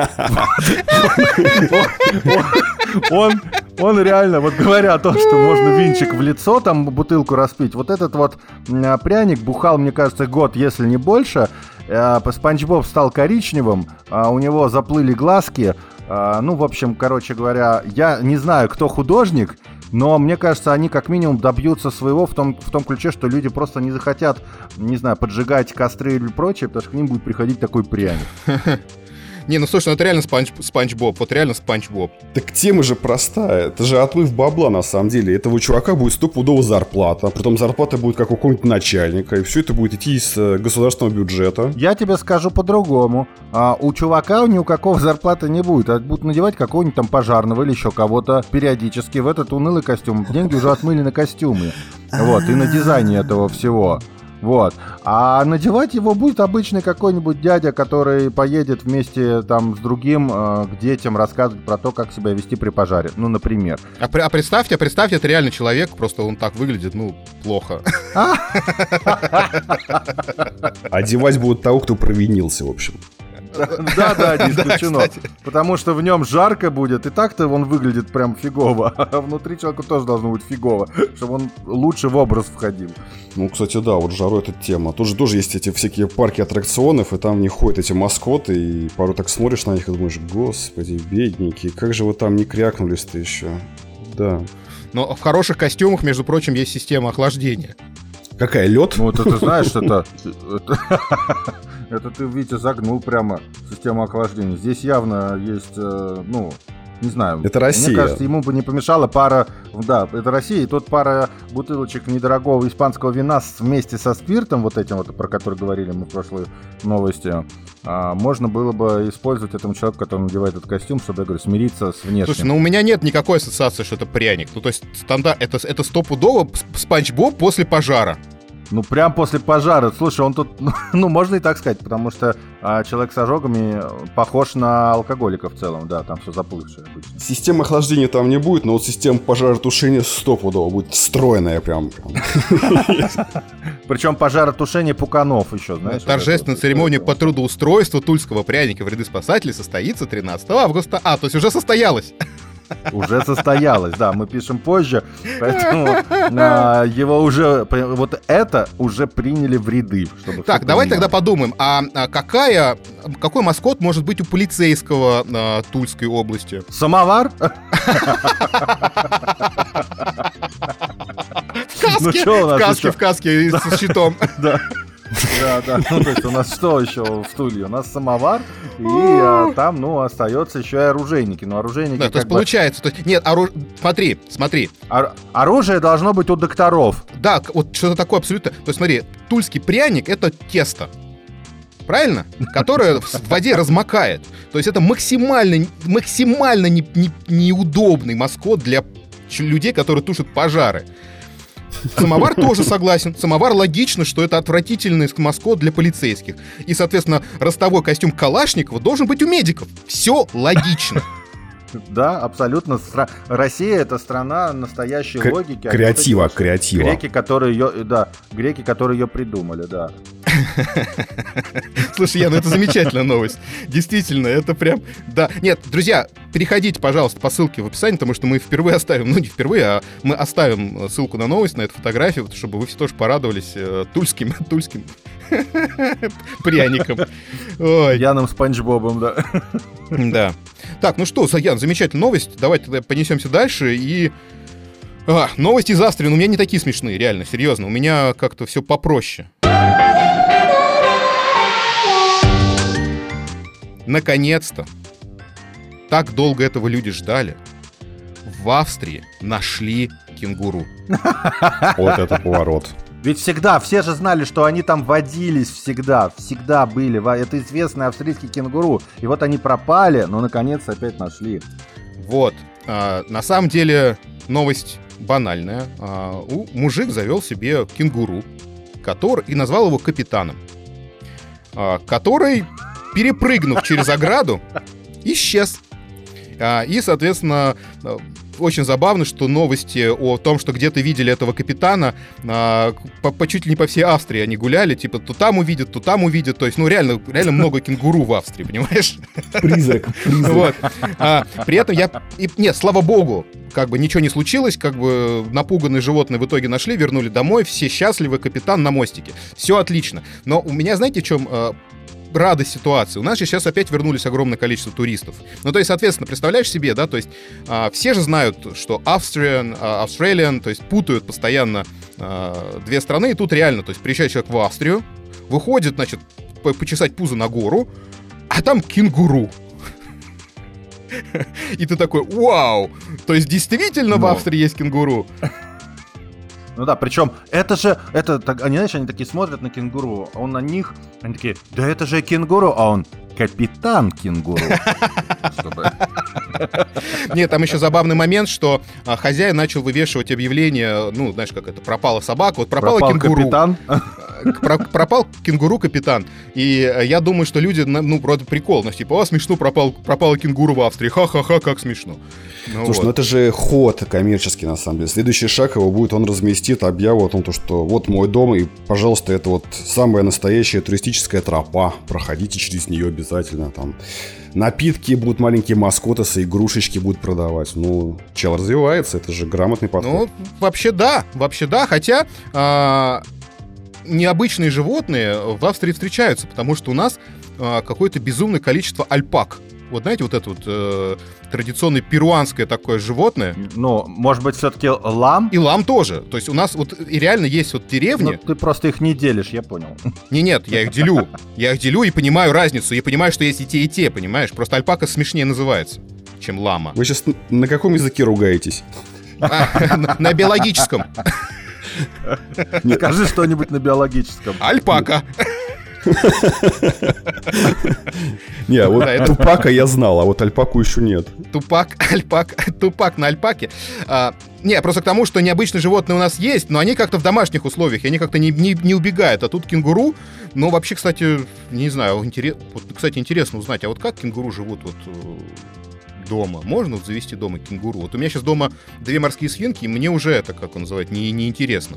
Он, он реально, вот говоря о том, что можно винчик в лицо, там бутылку распить, вот этот вот пряник бухал, мне кажется, год, если не больше. Спанч Боб стал коричневым, у него заплыли глазки. Ну, в общем, короче говоря, я не знаю, кто художник, но мне кажется, они как минимум добьются своего в том, в том ключе, что люди просто не захотят, не знаю, поджигать костры или прочее, потому что к ним будет приходить такой пряник. Не, ну слушай, ну это реально Спанч, Спанч Боб, вот реально Спанч Боб. Так тема же простая, это же отмыв бабла на самом деле. Этого чувака будет стопудово зарплата, а потом зарплата будет как у какого-нибудь начальника, и все это будет идти из государственного бюджета. Я тебе скажу по-другому. А, у чувака ни у какого зарплаты не будет, а будут надевать какого-нибудь там пожарного или еще кого-то периодически в этот унылый костюм. Деньги уже отмыли на костюмы, вот, и на дизайне этого всего. Вот. А надевать его будет обычный какой-нибудь дядя, который поедет вместе там с другим э, к детям рассказывать про то, как себя вести при пожаре. Ну, например. А, а представьте, а представьте, это реально человек, просто он так выглядит, ну, плохо. Одевать будут того, кто провинился, в общем. Да-да, не исключено. Потому что в нем жарко будет, и так-то он выглядит прям фигово. А внутри человеку тоже должно быть фигово, чтобы он лучше в образ входил. Ну, кстати, да, вот жару эта тема. Тут же тоже есть эти всякие парки аттракционов, и там в них ходят эти маскоты, и порой так смотришь на них и думаешь, господи, бедненькие, как же вы там не крякнулись-то еще. Да. Но в хороших костюмах, между прочим, есть система охлаждения. Какая, лед? Ну, это ты знаешь, это... Это ты, Витя, загнул прямо систему охлаждения. Здесь явно есть, ну... Не знаю. Это Россия. Мне кажется, ему бы не помешала пара... Да, это Россия. И тут пара бутылочек недорогого испанского вина вместе со спиртом, вот этим вот, про который говорили мы в прошлой новости, а, можно было бы использовать этому человеку, который надевает этот костюм, чтобы, я говорю, смириться с внешним. Слушай, ну у меня нет никакой ассоциации, что это пряник. Ну, то есть стандарт, это, это стопудово Спанч Боб после пожара. Ну, прям после пожара. Слушай, он тут, ну, можно и так сказать, потому что а, человек с ожогами похож на алкоголика в целом, да, там все заплывшее обычно. Система охлаждения там не будет, но вот система пожаротушения стопудово будет встроенная прям. Причем пожаротушение пуканов еще, знаешь. Торжественная церемония по трудоустройству тульского пряника в ряды спасателей состоится тринадцатого августа. А, то есть уже состоялось. Уже состоялось, да, мы пишем позже, поэтому а, его уже, вот это уже приняли в ряды. Чтобы так, давай понимать. Тогда подумаем, а, а какая, какой маскот может быть у полицейского а, Тульской области? Самовар? В каске, в каске с щитом. Да. Да, да, ну то есть у нас что еще в Туле? У нас самовар, и а, там, ну, остается еще и оружейники. Но оружейники. Да, то есть бы... получается, то есть, нет, оруж... смотри, смотри. Ор... Оружие должно быть у докторов. Да, вот что-то такое абсолютно. То есть смотри, тульский пряник — это тесто. Правильно? Которое в воде размокает. То есть это максимально, максимально не, не, неудобный маскот для людей, которые тушат пожары. Самовар тоже согласен. Самовар логично, что это отвратительный маскот для полицейских. И, соответственно, ростовой костюм Калашникова должен быть у медиков. Все логично. Да, абсолютно. Стра... Россия — это страна настоящей К- логики. Креатива, вот креатива. Греки, которые ее, да, греки, которые ее придумали, да. Слушай, Ян, ну это замечательная новость. Действительно, это прям, да. Нет, друзья, переходите, пожалуйста, по ссылке в описании, потому что мы впервые оставим, ну не впервые, а мы оставим ссылку на новость, на эту фотографию, чтобы вы все тоже порадовались э, тульским, тульским пряником. Ой. Яном Спанч Бобом, да. Да. Так, ну что, Ян, замечательная новость. Давайте тогда понесемся дальше. И а, новости из Австрии, ну, у меня не такие смешные, реально, серьезно. У меня как-то все попроще. Наконец-то, так долго этого люди ждали, в Австрии нашли кенгуру. Вот это поворот. Ведь всегда, все же знали, что они там водились всегда, всегда были. Это известный австрийский кенгуру. И вот они пропали, но наконец опять нашли. Вот. А, на самом деле новость банальная. А, у, мужик завел себе кенгуру, который, и назвал его капитаном, а, который, перепрыгнув через ограду, исчез. А, и, соответственно... Очень забавно, что новости о том, что где-то видели этого капитана, а, по, по чуть ли не по всей Австрии они гуляли, типа то там увидят, то там увидят. То есть, ну, реально, реально много кенгуру в Австрии, понимаешь? Призрак, призрак. Вот. А, при этом я... И, нет, слава богу, как бы ничего не случилось, как бы напуганные животные в итоге нашли, вернули домой, все счастливы, капитан на мостике. Все отлично. Но у меня, знаете, в чем... радость ситуации. У нас же сейчас опять вернулись огромное количество туристов. Ну, то есть, соответственно, представляешь себе, да, то есть а, все же знают, что Austrian, а, Australian, то есть путают постоянно а, две страны, и тут реально, то есть приезжает человек в Австрию, выходит, значит, по- почесать пузо на гору, а там кенгуру. И ты такой, вау! То есть действительно в Австрии есть кенгуру? Ну да, причем это же, это, так, они, знаешь, они такие смотрят на кенгуру, а он на них, они такие, да это же кенгуру, а он капитан кенгуру. Нет, там еще забавный момент, что а, хозяин начал вывешивать объявление, ну, знаешь, как это, пропала собака, вот пропала пропал кенгуру. Капитан. Про, пропал кенгуру-капитан. И а, я думаю, что люди, ну, просто прикол, ну, типа, а, смешно, пропал, пропала кенгуру в Австрии, ха-ха-ха, как смешно. Ну, Слушай, вот. ну это же ход коммерческий, на самом деле. Следующий шаг его будет, он разместит объяву о том, что вот мой дом, и, пожалуйста, это вот самая настоящая туристическая тропа, проходите через нее обязательно, там... Напитки будут, маленькие маскоты, игрушечки будут продавать. Ну, чел развивается, это же грамотный подход. Ну, вообще да, вообще да, хотя а, необычные животные в Австрии встречаются, потому что у нас а, какое-то безумное количество альпак. Вот знаете, вот это вот э, традиционное перуанское такое животное. Ну, может быть, все-таки лам? И лам тоже. То есть у нас вот и реально есть вот деревни. Ну, ты просто их не делишь, я понял. Не, нет, я их делю. Я их делю и понимаю разницу. Я понимаю, что есть и те, и те, понимаешь? Просто альпака смешнее называется, чем лама. Вы сейчас на каком языке ругаетесь? На биологическом. Скажи что-нибудь на биологическом. Альпака. Не, вот да, Тупака я знал, а вот альпаку еще нет. Тупак, альпак, Тупак на альпаке. А, Не, просто к тому, что необычные животные у нас есть, но они как-то в домашних условиях, и они как-то не, не, не убегают. А тут кенгуру, ну, вообще, кстати, не знаю, интерес... вот, кстати, интересно узнать, а вот как кенгуру живут вот дома? Можно вот завести дома кенгуру? Вот у меня сейчас дома две морские свинки, и мне уже это, как он называет, не, не интересно.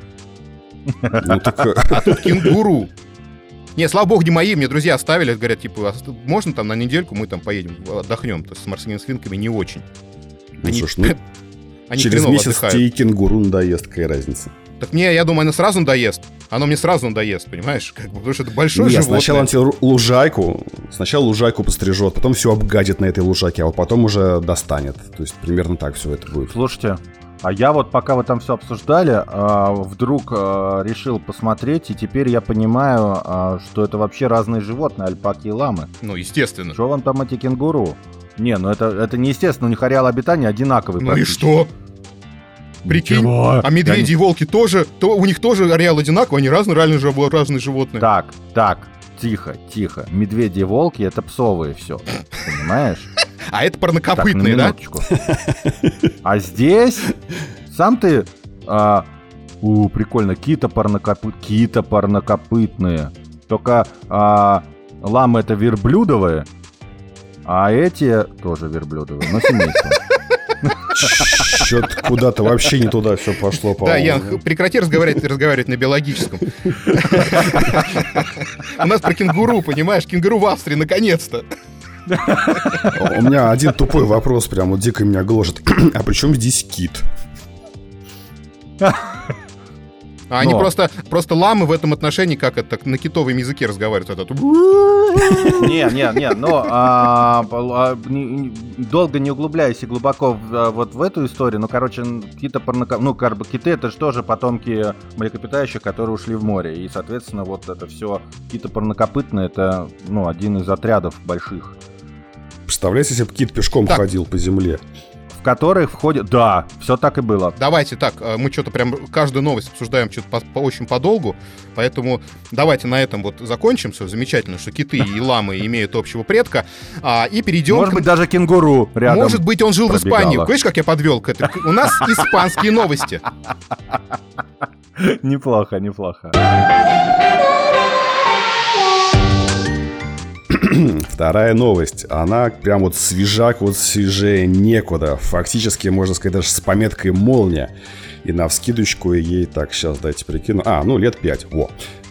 А тут кенгуру. Не, слава богу, не мои, мне друзья оставили, говорят, типа, можно там на недельку, мы там поедем, отдохнем. То есть с морскими свинками не очень. Ну, они, слушай, ну, они через месяц отдыхают. Тебе и кенгуру надоест, какая разница? Так мне, я думаю, оно сразу надоест. Оно мне сразу надоест, понимаешь? Как бы, потому что это большое Нет, животное. Сначала он тебе лужайку, сначала лужайку пострижет, потом все обгадит на этой лужайке, а вот потом уже достанет. То есть примерно так все это будет. Слушайте, а я вот пока вы там все обсуждали, вдруг решил посмотреть, и теперь я понимаю, что это вообще разные животные, альпаки и ламы. Ну, естественно. Что вам там эти кенгуру? Не, ну это, это неестественно, у них ареал обитания одинаковый. Ну и что? Прикинь, Ничего. А медведи и волки тоже, то у них тоже ареал одинаковый, они разные, реально разные животные. Так, так, тихо, тихо. Медведи и волки — это псовые все, понимаешь? А это парнокопытные, да? А здесь сам ты... А, у, прикольно, кита парнокопыт, кита парнокопытные. Только а, ламы — это верблюдовые, а эти тоже верблюдовые, но семейство. Что-то куда-то вообще не туда все пошло, по-моему. Да, Ян, прекрати разговаривать, разговаривать на биологическом. У нас про кенгуру, понимаешь? Кенгуру в Австрии, наконец-то. У меня один тупой вопрос прям вот дико меня гложет. А при чем здесь кит? А они просто, просто ламы в этом отношении, как это, на китовом языке разговаривают. Это... Не, не, не, но а, а, не, долго не углубляясь и глубоко в, вот в эту историю, ну, короче, киты, ну, как бы киты — это же тоже потомки млекопитающих, которые ушли в море, и, соответственно, вот это все киты парнокопытные — это, ну, один из отрядов больших. Представляете, если бы кит пешком так. ходил по земле? В которых входит... Да, все так и было. Давайте так, мы что-то прям каждую новость обсуждаем что-то по, по, очень подолгу, поэтому давайте на этом вот закончим. Все замечательно, что киты и ламы имеют общего предка. А, и перейдем... Может к... быть, даже кенгуру рядом. Может быть, он жил пробегала. В Испании. Видишь, как я подвел к этой... У нас испанские новости. Неплохо, неплохо. Вторая новость, она прям вот свежак, вот свежее некуда. Фактически, можно сказать, даже с пометкой «молния». И навскидочку ей, так, сейчас дайте прикину. А, ну, лет пять, во.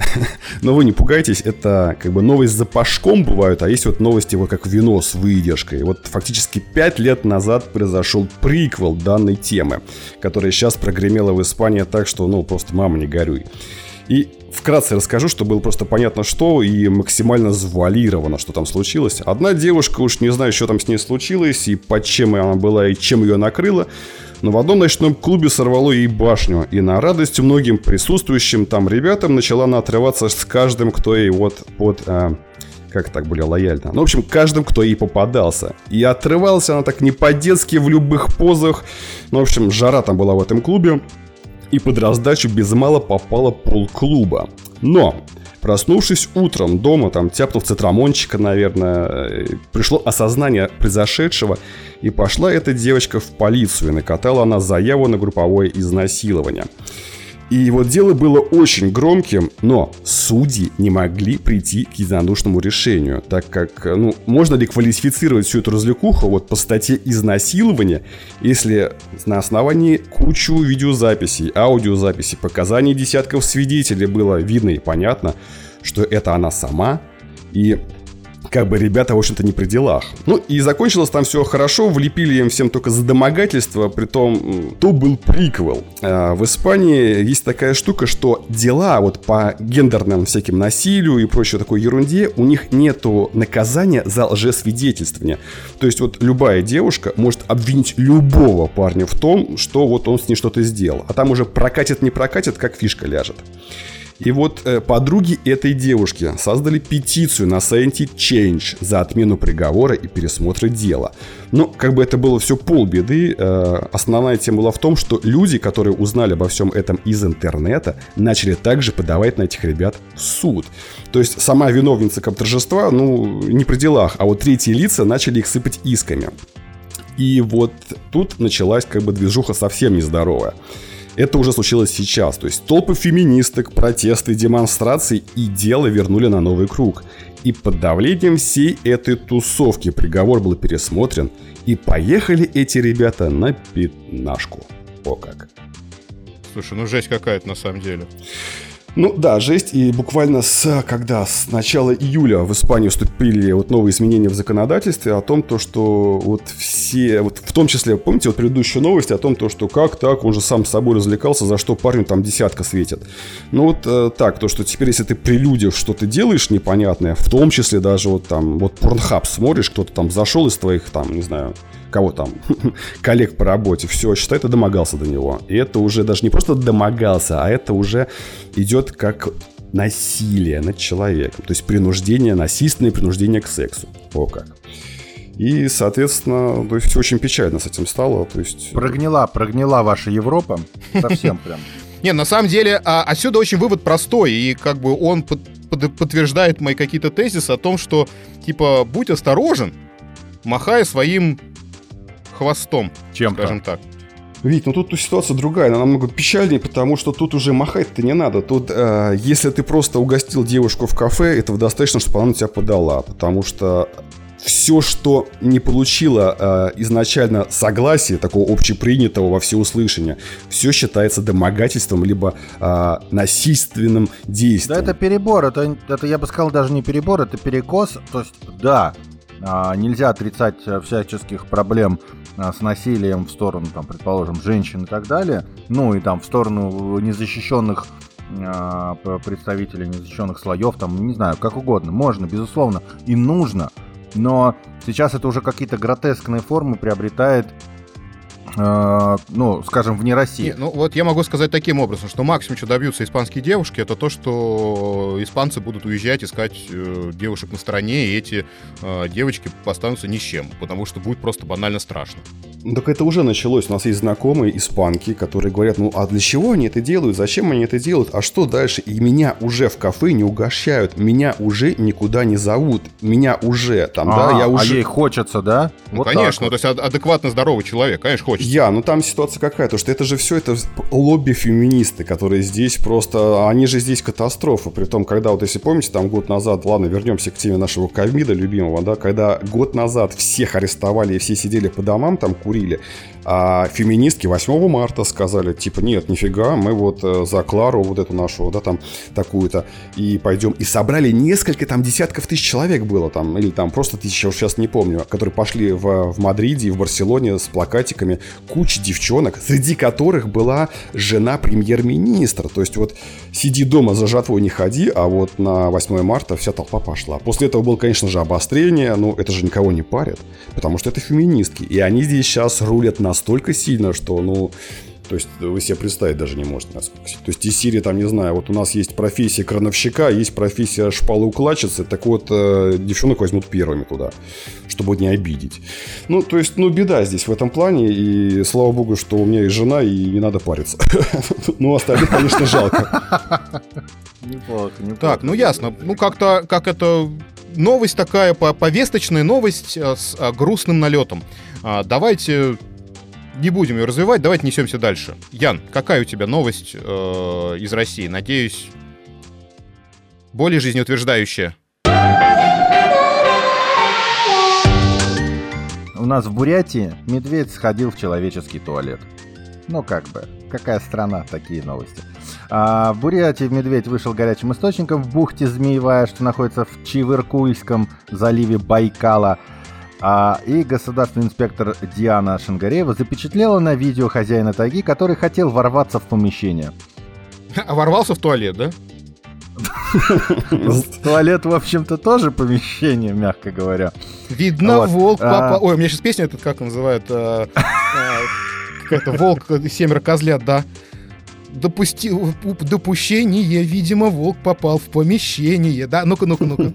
Но вы не пугайтесь, это как бы новость за пашком бывают, а есть вот новости вот как вино с выдержкой. Вот фактически пять лет назад произошел приквел данной темы, которая сейчас прогремела в Испании так, что, ну, просто мама не горюй. И вкратце расскажу, чтобы было просто понятно, что, и максимально завуалировано, что там случилось. Одна девушка, уж не знаю, что там с ней случилось, и под чем она была, и чем ее накрыло, но в одном ночном клубе сорвало ей башню, и на радость многим присутствующим там ребятам начала она отрываться с каждым, кто ей вот под... А, как так более лояльно? Ну, в общем, каждым, кто ей попадался. И отрывалась она так не по-детски в любых позах. Ну, в общем, жара там была в этом клубе. И под раздачу без мала попало полклуба. Но, проснувшись утром дома, там тяпнув цитрамончика, наверное, пришло осознание произошедшего, и пошла эта девочка в полицию, и накатала она заяву на групповое изнасилование. И вот дело было очень громким, но судьи не могли прийти к единодушному решению, так как, ну, можно ли квалифицировать всю эту развлекуху вот по статье изнасилования, если на основании кучу видеозаписей, аудиозаписей, показаний десятков свидетелей было видно и понятно, что это она сама, и как бы ребята, в общем-то, не при делах. Ну, и закончилось там все хорошо, влепили им всем только за домогательство, притом то был приквел. А в Испании есть такая штука, что дела вот по гендерным всяким насилию и прочей такой ерунде, у них нету наказания за лжесвидетельствование. То есть вот любая девушка может обвинить любого парня в том, что вот он с ней что-то сделал. А там уже прокатит, не прокатит, как фишка ляжет. И вот э, подруги этой девушки создали петицию на сайте Change за отмену приговора и пересмотр дела. Но как бы это было все полбеды, э, основная тема была в том, что люди, которые узнали обо всем этом из интернета, начали также подавать на этих ребят в суд. То есть сама виновница как торжества, ну, не при делах, а вот третьи лица начали их сыпать исками. И вот тут началась как бы движуха совсем нездоровая. Это уже случилось сейчас. То есть толпы феминисток, протесты, демонстрации и дело вернули на новый круг. И под давлением всей этой тусовки приговор был пересмотрен. И поехали эти ребята на пятнашку. О как. Слушай, ну жесть какая-то на самом деле. Ну да, жесть. И буквально с, когда, с начала июля в Испании вступили вот новые изменения в законодательстве о том, то, что вот все, вот в том числе, помните, вот предыдущие новости о том, то, что как так, он же сам с собой развлекался, за что парню там десятка светит. Ну вот э, так, то, что теперь, если ты при людях что-то делаешь непонятное, в том числе даже вот там, вот Pornhub смотришь, кто-то там зашел из твоих там, не знаю, кого там, коллег по работе, все, считай, ты домогался до него. И это уже даже не просто домогался, а это уже идет как насилие над человеком. То есть принуждение, насильственное принуждение к сексу. О как. И, соответственно, то есть все очень печально с этим стало. То есть... Прогнила, прогнила ваша Европа. Совсем прям. Не, на самом деле, а, отсюда очень вывод простой. И как бы он под, под, подтверждает мои какие-то тезисы о том, что, типа, будь осторожен, махая своим хвостом, чем скажем так. Вить, ну тут ситуация другая, она намного печальнее, потому что тут уже махать-то не надо. Тут, э, если ты просто угостил девушку в кафе, этого достаточно, чтобы она на тебя подала. Потому что все, что не получило э, изначально согласия, такого общепринятого во всеуслышание, все считается домогательством, либо э, насильственным действием. Да это перебор, это, это я бы сказал даже не перебор, это перекос. То есть, да, э, нельзя отрицать всяческих проблем с насилием в сторону, там, предположим, женщин и так далее, ну и там в сторону незащищенных э, представителей незащищенных слоев, там, не знаю, как угодно, можно, безусловно, и нужно, но сейчас это уже какие-то гротескные формы приобретает, э, ну, скажем, вне России. Не, ну вот я могу сказать таким образом, что максимум, что добьются испанские девушки, это то, что испанцы будут уезжать, искать э, девушек на стороне, и эти э, девочки останутся ни с чем, потому что будет просто банально страшно. Ну, так это уже началось. У нас есть знакомые испанки, которые говорят, ну, а для чего они это делают, зачем они это делают, а что дальше? И меня уже в кафе не угощают, меня уже никуда не зовут, меня уже там, а, да, я уже... А ей хочется, да? Ну, вот конечно, вот. То есть адекватно здоровый человек, конечно, хочется. Я, ну там ситуация какая, то что это же все, это лобби-феминисты, которые здесь просто, они же здесь катастрофа, при том, когда, вот если помните, там год назад, ладно, вернемся к теме нашего ковида любимого, да, когда год назад всех арестовали и все сидели по домам, там курили, а феминистки восьмого марта сказали, типа, нет, нифига, мы вот за Клару, вот эту нашу, да, там, такую-то, и пойдем, и собрали несколько, там, десятков тысяч человек было, там, или там просто тысяча, уж сейчас не помню, которые пошли в, в Мадриде и в Барселоне с плакатиками, куча девчонок, среди которых была жена премьер-министра, то есть вот сиди дома, за жатвой не ходи, а вот на восьмое марта вся толпа пошла. После этого было, конечно же, обострение, но это же никого не парит, потому что это феминистки, и они здесь сейчас рулят настолько сильно, что, ну, то есть вы себе представить даже не можете, насколько сильно. То есть из Сирии, там, не знаю, вот у нас есть профессия крановщика, есть профессия шпалоукладчицы, так вот, э, девчонок возьмут первыми туда, чтобы не обидеть. Ну, то есть, ну, беда здесь в этом плане, и слава богу, что у меня есть жена, и не надо париться. Ну, остальных, конечно, жалко. Неплохо, неплохо. Так, ну ясно, ну как-то, как это... Новость такая, повесточная новость с грустным налетом. Давайте не будем ее развивать, давайте несемся дальше. Ян, какая у тебя новость э, из России? Надеюсь, более жизнеутверждающая. У нас в Бурятии медведь сходил в человеческий туалет. Ну как бы, какая страна, такие новости. А в Бурятии медведь вышел горячим источником в бухте Змеевая, что находится в Чевыркуйском заливе Байкала. А, и государственный инспектор Диана Шингареева запечатлела на видео хозяина тайги, который хотел ворваться в помещение. А ворвался в туалет, да? Туалет, в общем-то, тоже помещение, мягко говоря. Видно, вот. Волк попал... Ой, у меня сейчас песня этот, как называют? Какая-то волк, семеро козлят, да? Допустил допущение, видимо, волк попал в помещение, да? Ну-ка, ну-ка, ну-ка.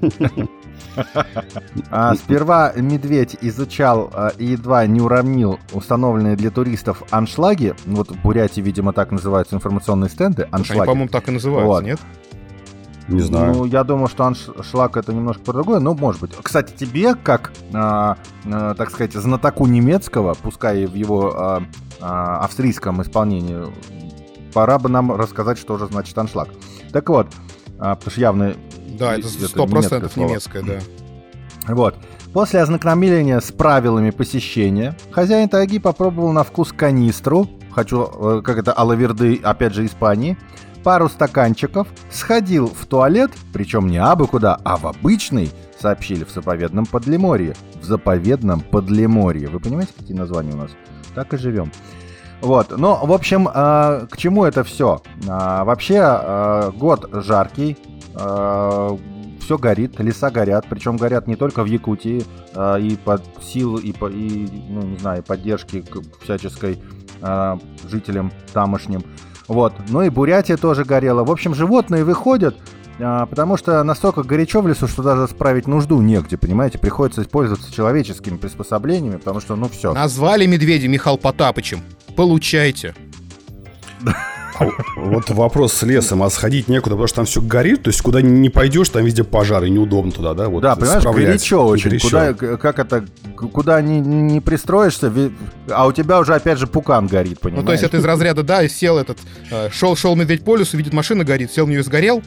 А, сперва медведь изучал а, и едва не уронил установленные для туристов аншлаги. Вот в Бурятии, видимо, так называются информационные стенды. Аншлаги. Они, по-моему, так и называются, вот. Нет? Не знаю. Ну, я думаю, что аншлаг это немножко по-другому, но может быть. Кстати, тебе, как, а, а, так сказать, знатоку немецкого, пускай и в его а, а, австрийском исполнении, пора бы нам рассказать, что же значит аншлаг. Так вот, а, потому что явно... Да, это сто процентов немецкое, да. Вот. После ознакомления с правилами посещения, хозяин тайги попробовал на вкус канистру, хочу, как это, алаверды, опять же, Испании, пару стаканчиков, сходил в туалет, причем не абы куда, а в обычный, сообщили в заповедном Подлиморье. В заповедном Подлиморье. Вы понимаете, какие названия у нас? Так и живем. Вот, ну, в общем, э, к чему это все? Э, вообще, э, год жаркий, э, все горит, леса горят, причем горят не только в Якутии, э, и под силу, и, по, и, ну, не знаю, поддержки всяческой э, жителям тамошним. Вот. Ну и Бурятия тоже горела. В общем, животные выходят, а, потому что настолько горячо в лесу, что даже справить нужду негде, понимаете? Приходится использоваться человеческими приспособлениями, потому что, ну, все. Назвали медведя Михаил Потапычем. Получайте. А вот вопрос с лесом, а сходить некуда, потому что там все горит, то есть куда не пойдешь, там везде пожар, и неудобно туда, да? Вот, да, понимаешь, горячо очень. Горячо. Куда, как это, куда не, не пристроишься, а у тебя уже опять же пукан горит, понимаешь? Ну, то есть это из разряда, да, сел этот, шел, шел медведь по лесу, видит, машина горит, сел в нее и сгорел?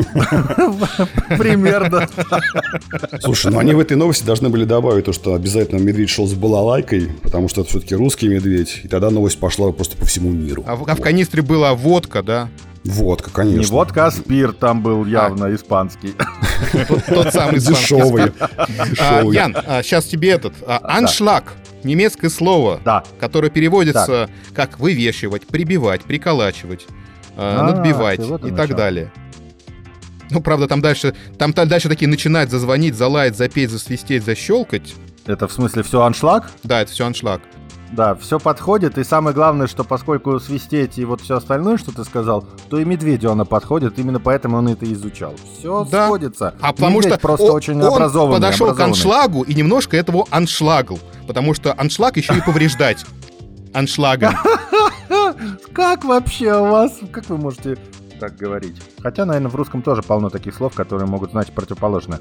Примерно. Слушай, ну они в этой новости должны были добавить то, что обязательно медведь шел с балалайкой, потому что это все-таки русский медведь, и тогда новость пошла просто по всему миру. А в канистре была водка, да? Водка, конечно. Не водка, а спирт там был явно а. испанский. Тот самый дешевый. Ян, сейчас тебе этот аншлаг, немецкое слово, которое переводится как вывешивать, прибивать, приколачивать, надбивать и так далее. Ну, правда, там дальше, там дальше такие начинать зазвонить, залаять, запеть, засвистеть, защелкать. Это в смысле все аншлаг? Да, это все аншлаг. Да, все подходит, и самое главное, что поскольку свистеть и вот все остальное, что ты сказал, то и медведю она подходит, именно поэтому он это изучал. Все да. сходится. А потому Медведь что просто он, очень он образованный. подошел образованный. к аншлагу и немножко этого аншлагал, потому что аншлаг еще и повреждать. Аншлагом. Как вообще у вас, как вы можете так говорить? Хотя, наверное, в русском тоже полно таких слов, которые могут значить противоположное.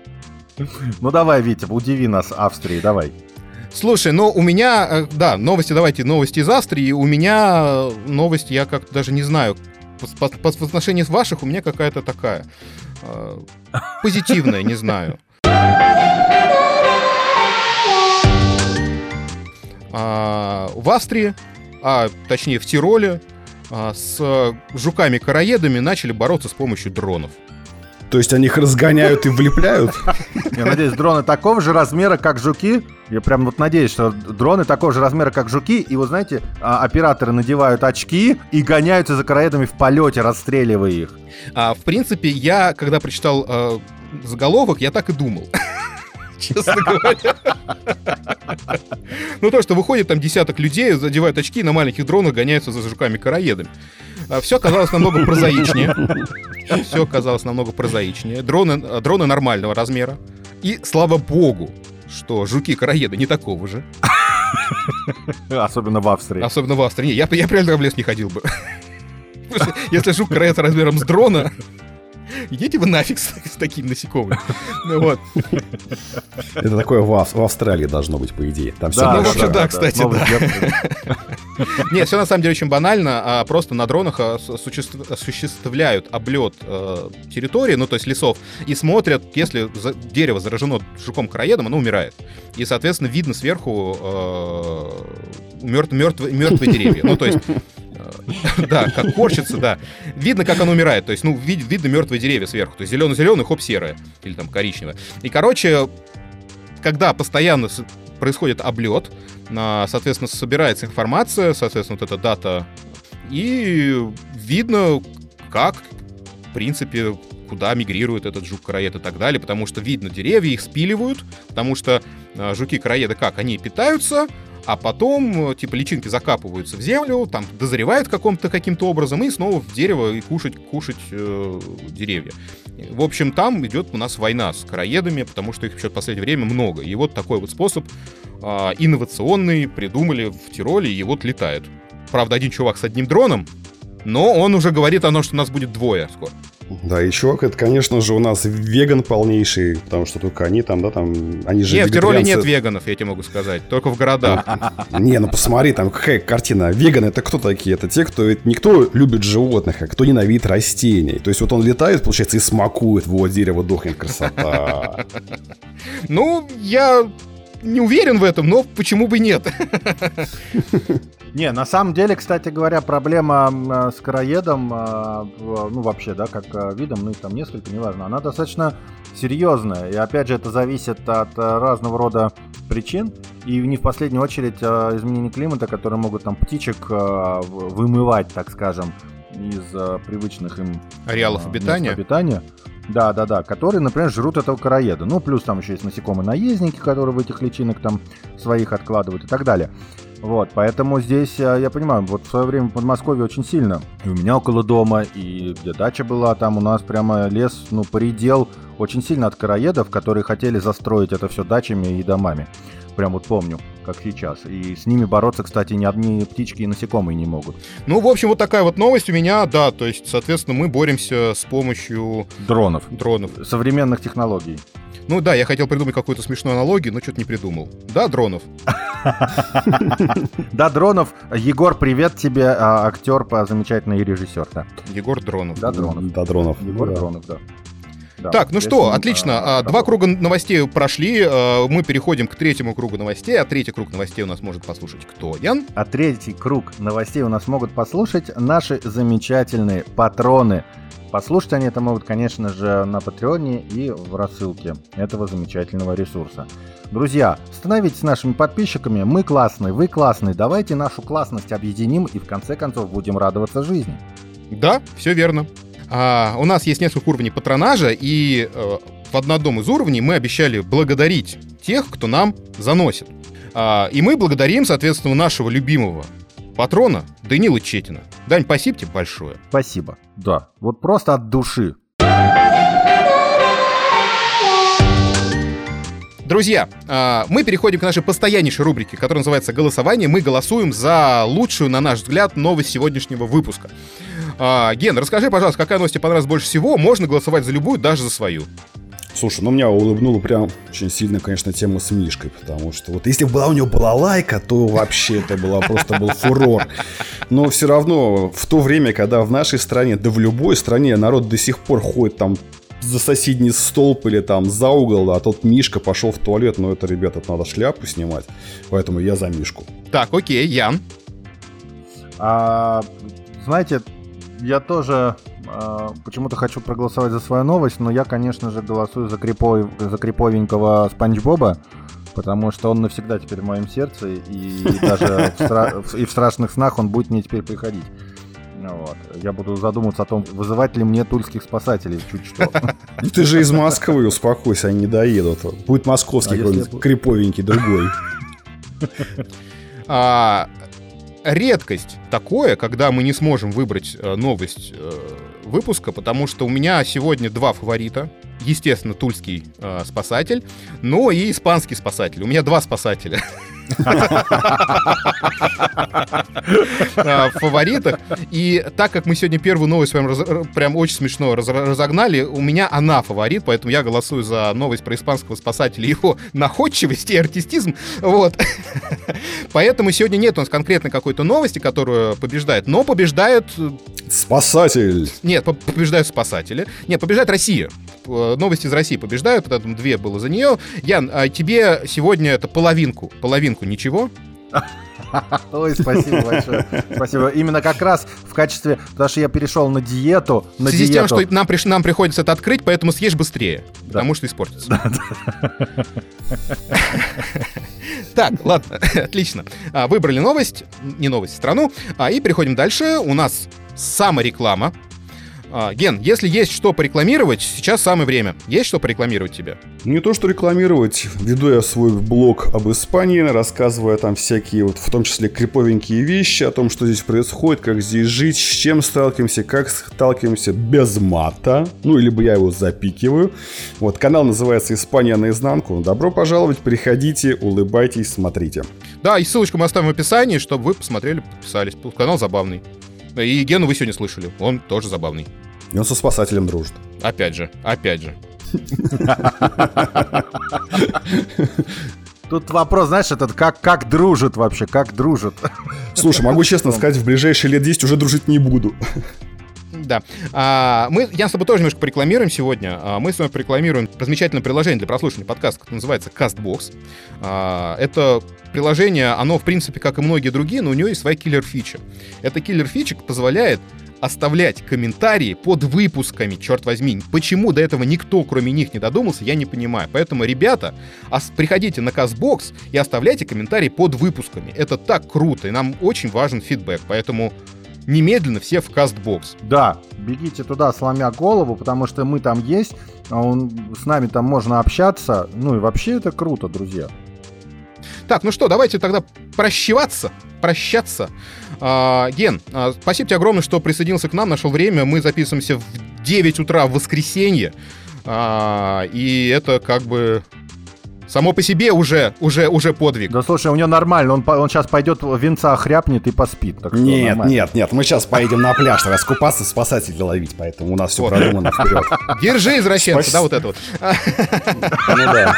Ну давай, Витя, удиви нас Австрией, давай. Слушай, ну у меня, да, новости, давайте, новости из Австрии. У меня новости, я как-то даже не знаю, по, по, по отношению с ваших у меня какая-то такая э, позитивная, не знаю. А, в Австрии, а точнее в Тироле, а, с жуками-короедами начали бороться с помощью дронов. То есть они их разгоняют и влепляют? Я надеюсь, дроны такого же размера, как жуки. Я прям вот надеюсь, что дроны такого же размера, как жуки. И вот знаете, операторы надевают очки и гоняются за короедами в полете, расстреливая их. А, в принципе, я, когда прочитал э, заголовок, я так и думал. Честно говоря. Ну то, что выходит там десяток людей, задевают очки и на маленьких дронах гоняются за жуками-короедами. Все оказалось намного прозаичнее. Все оказалось намного прозаичнее. Дроны, дроны нормального размера. И слава богу, что жуки-короеды не такого же. Особенно в Австрии. Особенно в Австрии. Я, я реально в лес не ходил бы. Если жук-короед размером с дрона, идите вы нафиг с, с таким насекомым. Ну, вот. Это такое в, в Австралии должно быть, по идее. Там да, все ну, вообще, да, да, да, кстати, да. Нет, все на самом деле очень банально. А просто на дронах осуществляют облет э, территории, ну, то есть лесов, и смотрят, если за, дерево заражено жуком-короедом, оно умирает. И, соответственно, видно сверху э, мертв, мертв, мертвые деревья. Ну, то есть... Да, как корчится, да. Видно, как оно умирает. То есть, ну, вид, видно мертвые деревья сверху. То есть зеленый-зеленый, хоп, серое. Или там коричневое. И, короче, когда постоянно происходит облет, соответственно, собирается информация, соответственно, вот эта дата, и видно, как, в принципе, куда мигрирует этот жук-короед и так далее, потому что видно деревья, их спиливают, потому что жуки-короеды как? Они питаются, а потом, типа, личинки закапываются в землю, там дозревают каком-то, каким-то образом, и снова в дерево и кушать, кушать э, деревья. В общем, там идет у нас война с короедами, потому что их еще в последнее время много. И вот такой вот способ э, инновационный придумали в Тироле, и вот летает. Правда, один чувак с одним дроном, но он уже говорит о том, что нас будет двое скоро. Да, и чувак, это, конечно же, у нас веган полнейший, потому что только они там, да, там, они же Нет, в Тироле вегетарианцы. нет веганов, я тебе могу сказать, только в городах. Не, ну посмотри, там какая картина. Веганы — это кто такие? Это те, кто... Это не кто любит животных, а кто ненавидит растений. То есть вот он летает, получается, и смакует, вот дерево дохнет, красота. Ну, я не уверен в этом, но почему бы нет? Не, на самом деле, кстати говоря, проблема э, с короедом, э, в- ну вообще, да, как э, видом, ну их там несколько, неважно, она достаточно серьезная. И опять же, это зависит от э, разного рода причин. И не в последнюю очередь э, изменений климата, которые могут там птичек э, в- вымывать, так скажем, из э, привычных им Ареалов э, обитания? мест обитания. Да, да, да, которые, например, жрут этого короеда. Ну, плюс там еще есть насекомые-наездники, которые в этих личинок там своих откладывают и так далее. Вот, поэтому здесь, э, я понимаю, вот в свое время в Подмосковье очень сильно. И у меня около дома, и где дача была, там у нас прямо лес, ну, поредел очень сильно от короедов, которые хотели застроить это все дачами и домами. Прям вот помню, как сейчас. И с ними бороться, кстати, ни одни птички и насекомые не могут. Ну, в общем, вот такая вот новость у меня, да, то есть, соответственно, мы боремся с помощью Дронов. дронов. Современных технологий. Ну да, я хотел придумать какую-то смешную аналогию, но что-то не придумал. Да, дронов. Да, Дронов. Егор, привет тебе, а, актер, по- замечательный режиссер, да. Егор Дронов. Да, Дронов. Да, дронов. Егор Да. Дронов, да. Да, Так, ну я что, с ним, отлично. а, А, Два работал. круга новостей прошли. а, Мы переходим к третьему кругу новостей. А третий круг новостей у нас может послушать кто? Ян? А третий круг новостей у нас могут послушать наши замечательные патроны. Послушать они это могут, конечно же, на Патреоне и в рассылке этого замечательного ресурса. Друзья, становитесь нашими подписчиками. Мы классные, вы классные. Давайте нашу классность объединим и в конце концов будем радоваться жизни. Да, все верно. А, у нас есть несколько уровней патронажа, и э, в одном из уровней мы обещали благодарить тех, кто нам заносит. А, и мы благодарим, соответственно, нашего любимого патрона Данила Четина. Дань, спасибо тебе большое. Спасибо. Да, вот просто от души. Друзья, а, мы переходим к нашей постояннейшей рубрике, которая называется «Голосование». Мы голосуем за лучшую, на наш взгляд, новость сегодняшнего выпуска. А, Ген, расскажи, пожалуйста, какая новость тебе понравилась больше всего? Можно голосовать за любую, даже за свою. Слушай, ну меня улыбнула прям очень сильно, конечно, тема с Мишкой, потому что вот если бы была у него балалайка, то вообще это была просто был фурор. Но все равно в то время, когда в нашей стране, да в любой стране народ до сих пор ходит там за соседний столб или там за угол, а тот Мишка пошел в туалет, ну это, ребята, это надо шляпу снимать, поэтому я за Мишку. Так, окей, Ян. А, знаете, я тоже а, почему-то хочу проголосовать за свою новость, но я, конечно же, голосую за, крипов... за криповенького Спанч Боба, потому что он навсегда теперь в моем сердце, и даже в, стра... и в страшных снах он будет мне теперь приходить. Ну вот. Я буду задумываться о том, вызывать ли мне тульских спасателей чуть что. Ну ты же из Москвы, успокойся, они не доедут. Будет московский А если какой-нибудь я- криповенький другой. А, редкость такое, когда мы не сможем выбрать э, новость э, выпуска, потому что у меня сегодня два фаворита. Естественно, тульский э, спасатель, но и испанский спасатель. У меня два спасателя в фаворитах. И так как мы сегодня первую новость прям, раз- прям очень смешно раз- разогнали, у меня она фаворит, поэтому я голосую за новость про испанского спасателя, его находчивость и артистизм. Вот. Поэтому сегодня нет у нас конкретно какой-то новости, которая побеждает, но побеждает... Спасатель! Нет, по- побеждают спасатели. Нет, побеждает Россия. Э, Новости из России побеждают, поэтому две было за нее. Ян, а тебе сегодня это половинку, половинку ничего? Ой, спасибо большое. Спасибо. Именно как раз в качестве... Потому что я перешел на диету. В На связи с тем, диету. что нам, приш- нам приходится это открыть, поэтому съешь быстрее, потому что испортится. Так, ладно, отлично. А, Выбрали новость, не новость, страну, а, и переходим дальше. У нас самореклама. А, Ген, если есть что порекламировать, сейчас самое время. Есть что порекламировать тебе? Не то что рекламировать, веду я свой блог об Испании, рассказывая там всякие, вот в том числе криповенькие вещи, о том, что здесь происходит, как здесь жить, с чем сталкиваемся, как сталкиваемся без мата, ну, либо я его запикиваю. Вот, канал называется «Испания наизнанку». Добро пожаловать, приходите, улыбайтесь, смотрите. Да, и ссылочку мы оставим в описании, чтобы вы посмотрели, подписались. Канал забавный. И Гену вы сегодня слышали, он тоже забавный. И он со спасателем дружит. Опять же, опять же. Тут вопрос, знаешь, этот как, как дружит вообще, как дружит. Слушай, могу честно сказать, в ближайшие лет десять уже дружить не буду. Да. А, мы, я с тобой тоже немножко порекламируем сегодня. А, мы с вами порекламируем замечательное приложение для прослушивания подкаста, которое называется CastBox. А, это приложение, оно, в принципе, как и многие другие, но у него есть своя киллер-фича. Эта киллер-фича позволяет оставлять комментарии под выпусками, черт возьми. Почему до этого никто, кроме них, не додумался, я не понимаю. Поэтому, ребята, ос- приходите на CastBox и оставляйте комментарии под выпусками. Это так круто, и нам очень важен фидбэк, поэтому немедленно все в CastBox. Да, бегите туда, сломя голову, потому что мы там есть, а он, с нами там можно общаться. Ну и вообще это круто, друзья. Так, ну что, давайте тогда прощаться, прощаться. А, Ген, а, спасибо тебе огромное, что присоединился к нам, нашел время. Мы записываемся в девять утра в воскресенье. А, и это как бы само по себе уже, уже, уже подвиг. Да слушай, у него нормально, он, по- он сейчас пойдет венца хряпнет и поспит. Так что Нет, нормально. нет, нет, мы сейчас поедем на пляж, раскупаться, спасателей ловить, поэтому у нас все Вот. продумано вперед. Держи, извращенцы, Спасибо. да, вот это вот. Ну да.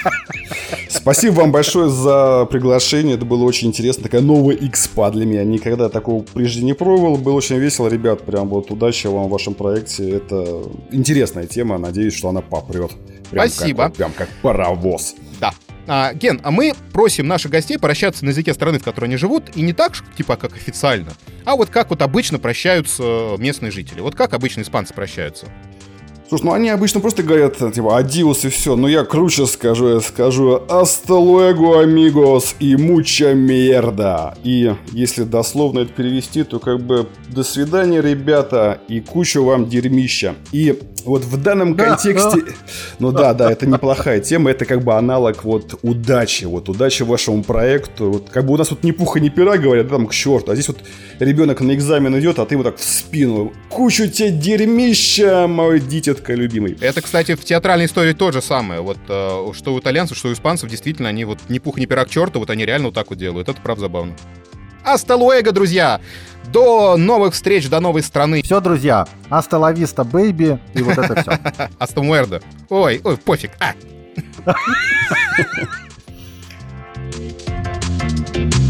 Спасибо вам большое за приглашение. Это было очень интересно. Такая новая икспа для меня. Никогда такого прежде не пробовал. Было очень весело, ребят. Прям вот удачи вам в вашем проекте. Это интересная тема. Надеюсь, что она попрет. Прям Спасибо. Как, прям как паровоз. Да. А, Ген, а мы просим наших гостей прощаться на языке страны, в которой они живут, и не так, типа, как официально, а вот как вот обычно прощаются местные жители. Вот как обычно испанцы прощаются. Слушай, ну они обычно просто говорят, типа, адиос и все. Но я круче скажу, я скажу hasta luego, amigos, и mucha mierda. И если дословно это перевести, то как бы до свидания, ребята, и кучу вам дерьмища. И вот в данном контексте, ну да, да, это неплохая тема, это как бы аналог вот удачи, вот удачи вашему проекту. Вот как бы у нас вот ни пуха, ни пера говорят, там к черту, а здесь вот ребенок на экзамен идет, а ты ему так в спину, кучу тебе дерьмища, мой дитятка любимый. Это, кстати, в театральной истории то же самое. Вот э, что у итальянцев, что у испанцев, действительно, они вот ни пуха, ни пера к черту, вот они реально вот так вот делают. Это правда забавно. Hasta luego, друзья! До новых встреч, до новой страны. Все, друзья, hasta la vista, baby, и вот это все. Hasta muerda. Ой, ой, пофиг. А!